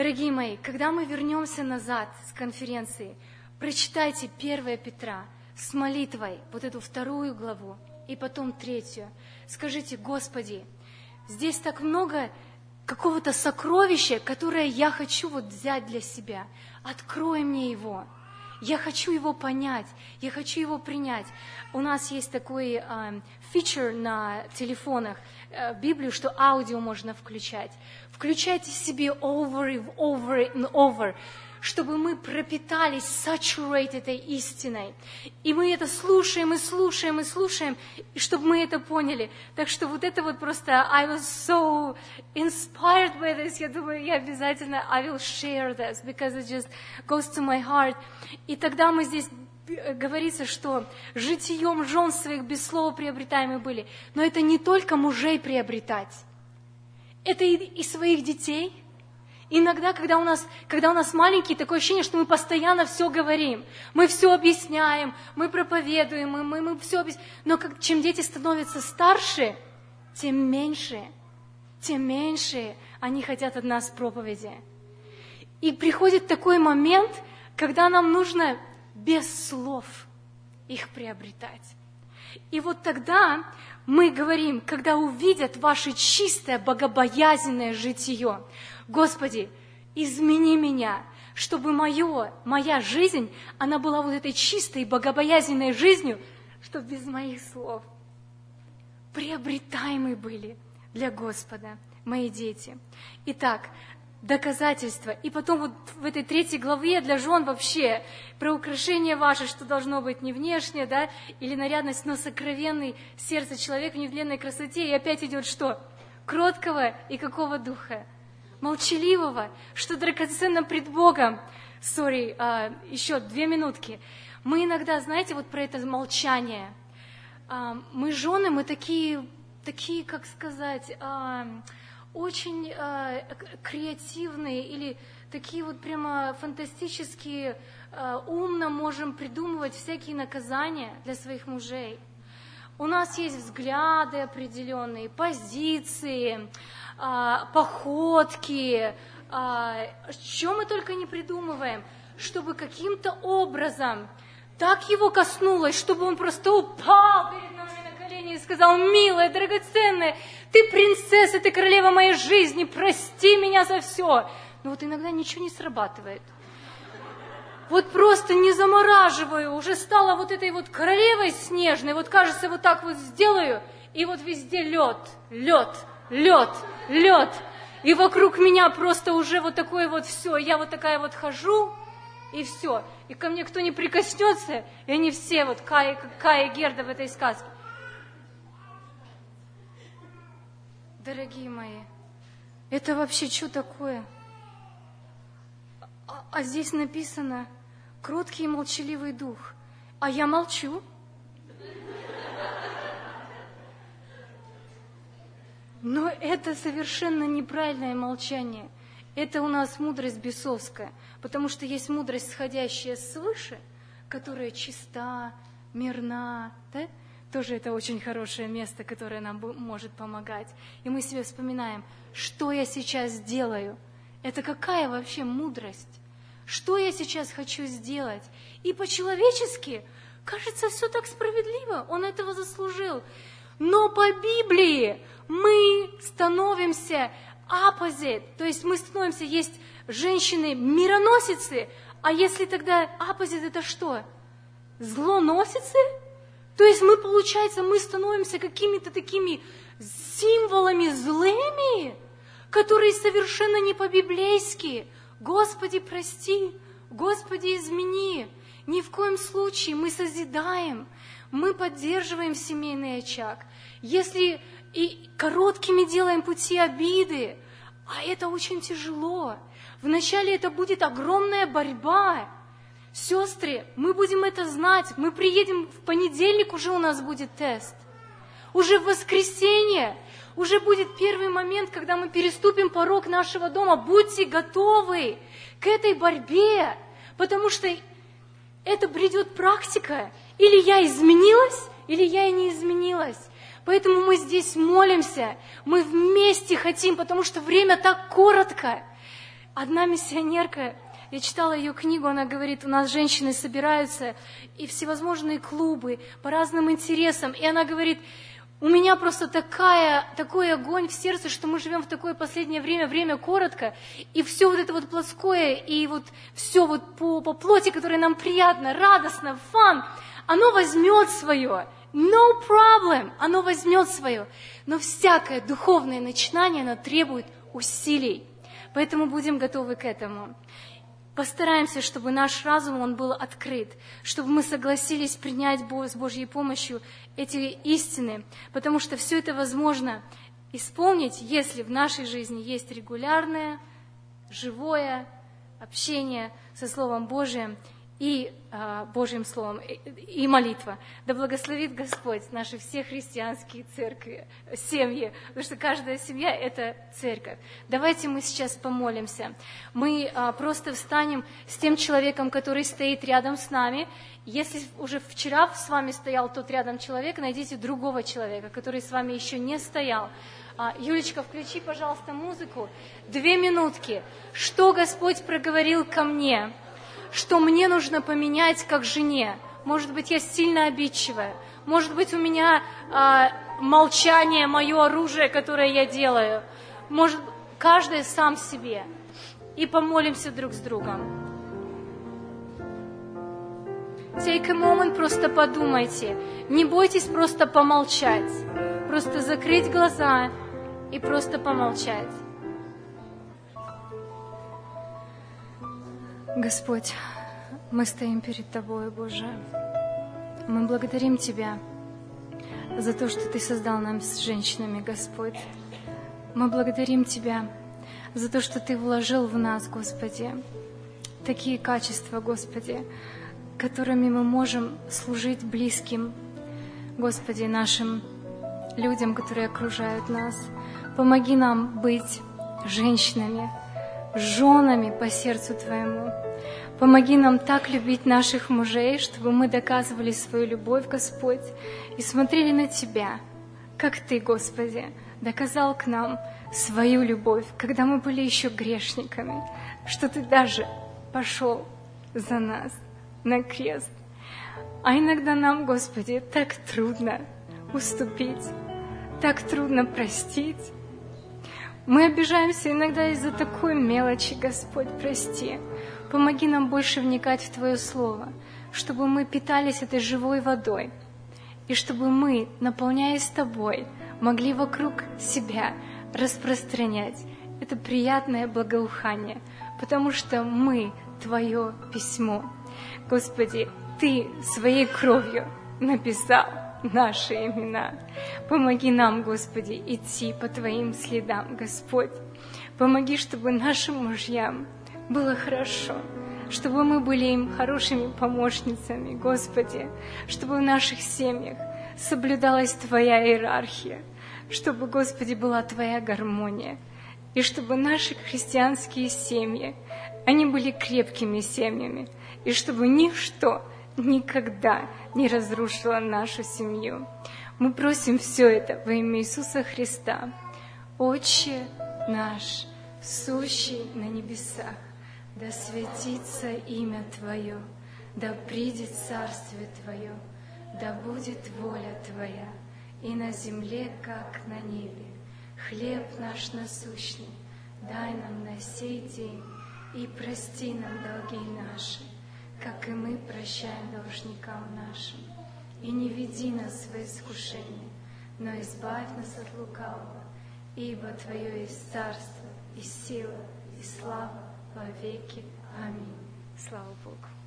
Дорогие мои, когда мы вернемся назад с конференции, прочитайте первое Петра с молитвой, вот эту вторую главу, и потом третью. Скажите: Господи, здесь так много какого-то сокровища, которое я хочу вот взять для себя. Открой мне его. Я хочу его понять, я хочу его принять. У нас есть такой э, фичер на телефонах, э, Библию, что аудио можно включать. Включайте себе over and over and over, чтобы мы пропитались, saturate этой истиной. И мы это слушаем, и слушаем, и слушаем, и чтобы мы это поняли. Так что вот это вот просто, I was so inspired by this. Я думаю, я обязательно, I will share this, because it just goes to my heart. И тогда мы здесь, говорится, что житием жен своих без слова приобретаемы были. Но это не только мужей приобретать. Это и, и своих детей. Иногда, когда у нас, когда у нас маленькие, такое ощущение, что мы постоянно все говорим, мы все объясняем, мы проповедуем, мы, мы, мы все объясняем. Но как, чем дети становятся старше, тем меньше, тем меньше они хотят от нас проповеди. И приходит такой момент, когда нам нужно без слов их приобретать. И вот тогда мы говорим, когда увидят ваше чистое, богобоязненное житие, Господи, измени меня, чтобы мое, моя жизнь, она была вот этой чистой, богобоязненной жизнью, чтобы без моих слов приобретаемы были для Господа мои дети. Итак, доказательства. И потом вот в этой третьей главе для жен вообще про украшение ваше, что должно быть не внешнее, да, или нарядность, но сокровенный сердце человека в невленной красоте. И опять идет что? Кроткого и какого духа? Молчаливого, что драгоценно пред Богом. Сори, а, еще две минутки. Мы иногда, знаете, вот про это молчание. А, мы жены, мы такие, такие, как сказать, а, очень а, креативные или такие вот прямо фантастически а, умно можем придумывать всякие наказания для своих мужей. У нас есть взгляды определенные, позиции, а, походки, а, что мы только не придумываем, чтобы каким-то образом так его коснулось, чтобы он просто упал перед нами на колени и сказал: милая, драгоценная, ты принцесса, ты королева моей жизни, прости меня за все. Но вот иногда ничего не срабатывает. Вот просто не замораживаю, уже стала вот этой вот королевой снежной, вот кажется, вот так вот сделаю, и вот везде лед, лед, лед, лед. И вокруг меня просто уже вот такое вот все, я вот такая вот хожу, и все. И ко мне кто не прикоснется, и они все вот Кая, Кая и Герда в этой сказке. Дорогие мои, это вообще что такое? А, а здесь написано кроткий и молчаливый дух. А я молчу. Но это совершенно неправильное молчание. Это у нас мудрость бесовская, потому что есть мудрость, сходящая свыше, которая чиста, мирна, да? Тоже это очень хорошее место, которое нам может помогать. И мы себе вспоминаем, что я сейчас делаю. Это какая вообще мудрость? Что я сейчас хочу сделать? И по-человечески, кажется, все так справедливо, он этого заслужил. Но по Библии мы становимся opposite, то есть мы становимся, есть женщины-мироносицы, а если тогда opposite это что? Злоносицы? То есть мы, получается, мы становимся какими-то такими символами злыми, которые совершенно не по-библейски. Господи, прости, Господи, измени. Ни в коем случае мы созидаем, мы поддерживаем семейный очаг. Если и короткими делаем пути обиды, а это очень тяжело. Вначале это будет огромная борьба. Сестры, мы будем это знать. Мы приедем в понедельник, уже у нас будет тест. Уже в воскресенье, уже будет первый момент, когда мы переступим порог нашего дома. Будьте готовы к этой борьбе, потому что это придет практика. Или я изменилась, или я и не изменилась. Поэтому мы здесь молимся, мы вместе хотим, потому что время так коротко. Одна миссионерка, я читала ее книгу, она говорит, у нас женщины собираются, и всевозможные клубы по разным интересам, и она говорит, у меня просто такая, такой огонь в сердце, что мы живем в такое последнее время, время коротко, и все вот это вот плоское, и вот все вот по, по плоти, которое нам приятно, радостно, фан, оно возьмет свое. No problem, оно возьмет свое. Но всякое духовное начинание, оно требует усилий. Поэтому будем готовы к этому. Постараемся, чтобы наш разум, он был открыт, чтобы мы согласились принять с Божьей помощью эти истины, потому что все это возможно исполнить, если в нашей жизни есть регулярное, живое общение со Словом Божиим и а, Божьим Словом, и, и молитва. Да благословит Господь наши все христианские церкви, семьи, потому что каждая семья – это церковь. Давайте мы сейчас помолимся. Мы а, просто встанем с тем человеком, который стоит рядом с нами. Если уже вчера с вами стоял тот рядом человек, найдите другого человека, который с вами еще не стоял. А, Юлечка, включи, пожалуйста, музыку. Две минутки. Что Господь проговорил ко мне? Что мне нужно поменять как жене? Может быть, я сильно обидчивая. Может быть, у меня а, молчание, мое оружие, которое я делаю. Может, каждый сам себе. И помолимся друг с другом. Take a moment, просто подумайте. Не бойтесь просто помолчать. Просто закрыть глаза и просто помолчать. Господь, мы стоим перед Тобой, Боже. Мы благодарим Тебя за то, что Ты создал нам с женщинами, Господь. Мы благодарим Тебя за то, что Ты вложил в нас, Господи, такие качества, Господи, которыми мы можем служить близким, Господи, нашим людям, которые окружают нас. Помоги нам быть женщинами, женами по сердцу Твоему. Помоги нам так любить наших мужей, чтобы мы доказывали свою любовь, Господь, и смотрели на Тебя, как Ты, Господи, доказал к нам свою любовь, когда мы были еще грешниками, что Ты даже пошел за нас на крест. А иногда нам, Господи, так трудно уступить, так трудно простить. Мы обижаемся иногда из-за такой мелочи, Господь, прости. Помоги нам больше вникать в Твое Слово, чтобы мы питались этой живой водой, и чтобы мы, наполняясь Тобой, могли вокруг себя распространять это приятное благоухание, потому что мы Твое письмо. Господи, Ты своей кровью написал наши имена. Помоги нам, Господи, идти по Твоим следам, Господь. Помоги, чтобы нашим мужьям было хорошо, чтобы мы были им хорошими помощницами, Господи, чтобы в наших семьях соблюдалась Твоя иерархия, чтобы, Господи, была Твоя гармония, и чтобы наши христианские семьи, они были крепкими семьями, и чтобы ничто никогда не разрушило нашу семью. Мы просим все это во имя Иисуса Христа. Отче наш, сущий на небесах, да светится имя Твое, да придет царствие Твое, да будет воля Твоя, и на земле, как на небе. Хлеб наш насущный дай нам на сей день, и прости нам долги наши, как и мы прощаем должникам нашим. И не веди нас в искушение, но избавь нас от лукавого, ибо Твое есть царство, и сила, и слава во веки. Аминь. Слава Богу.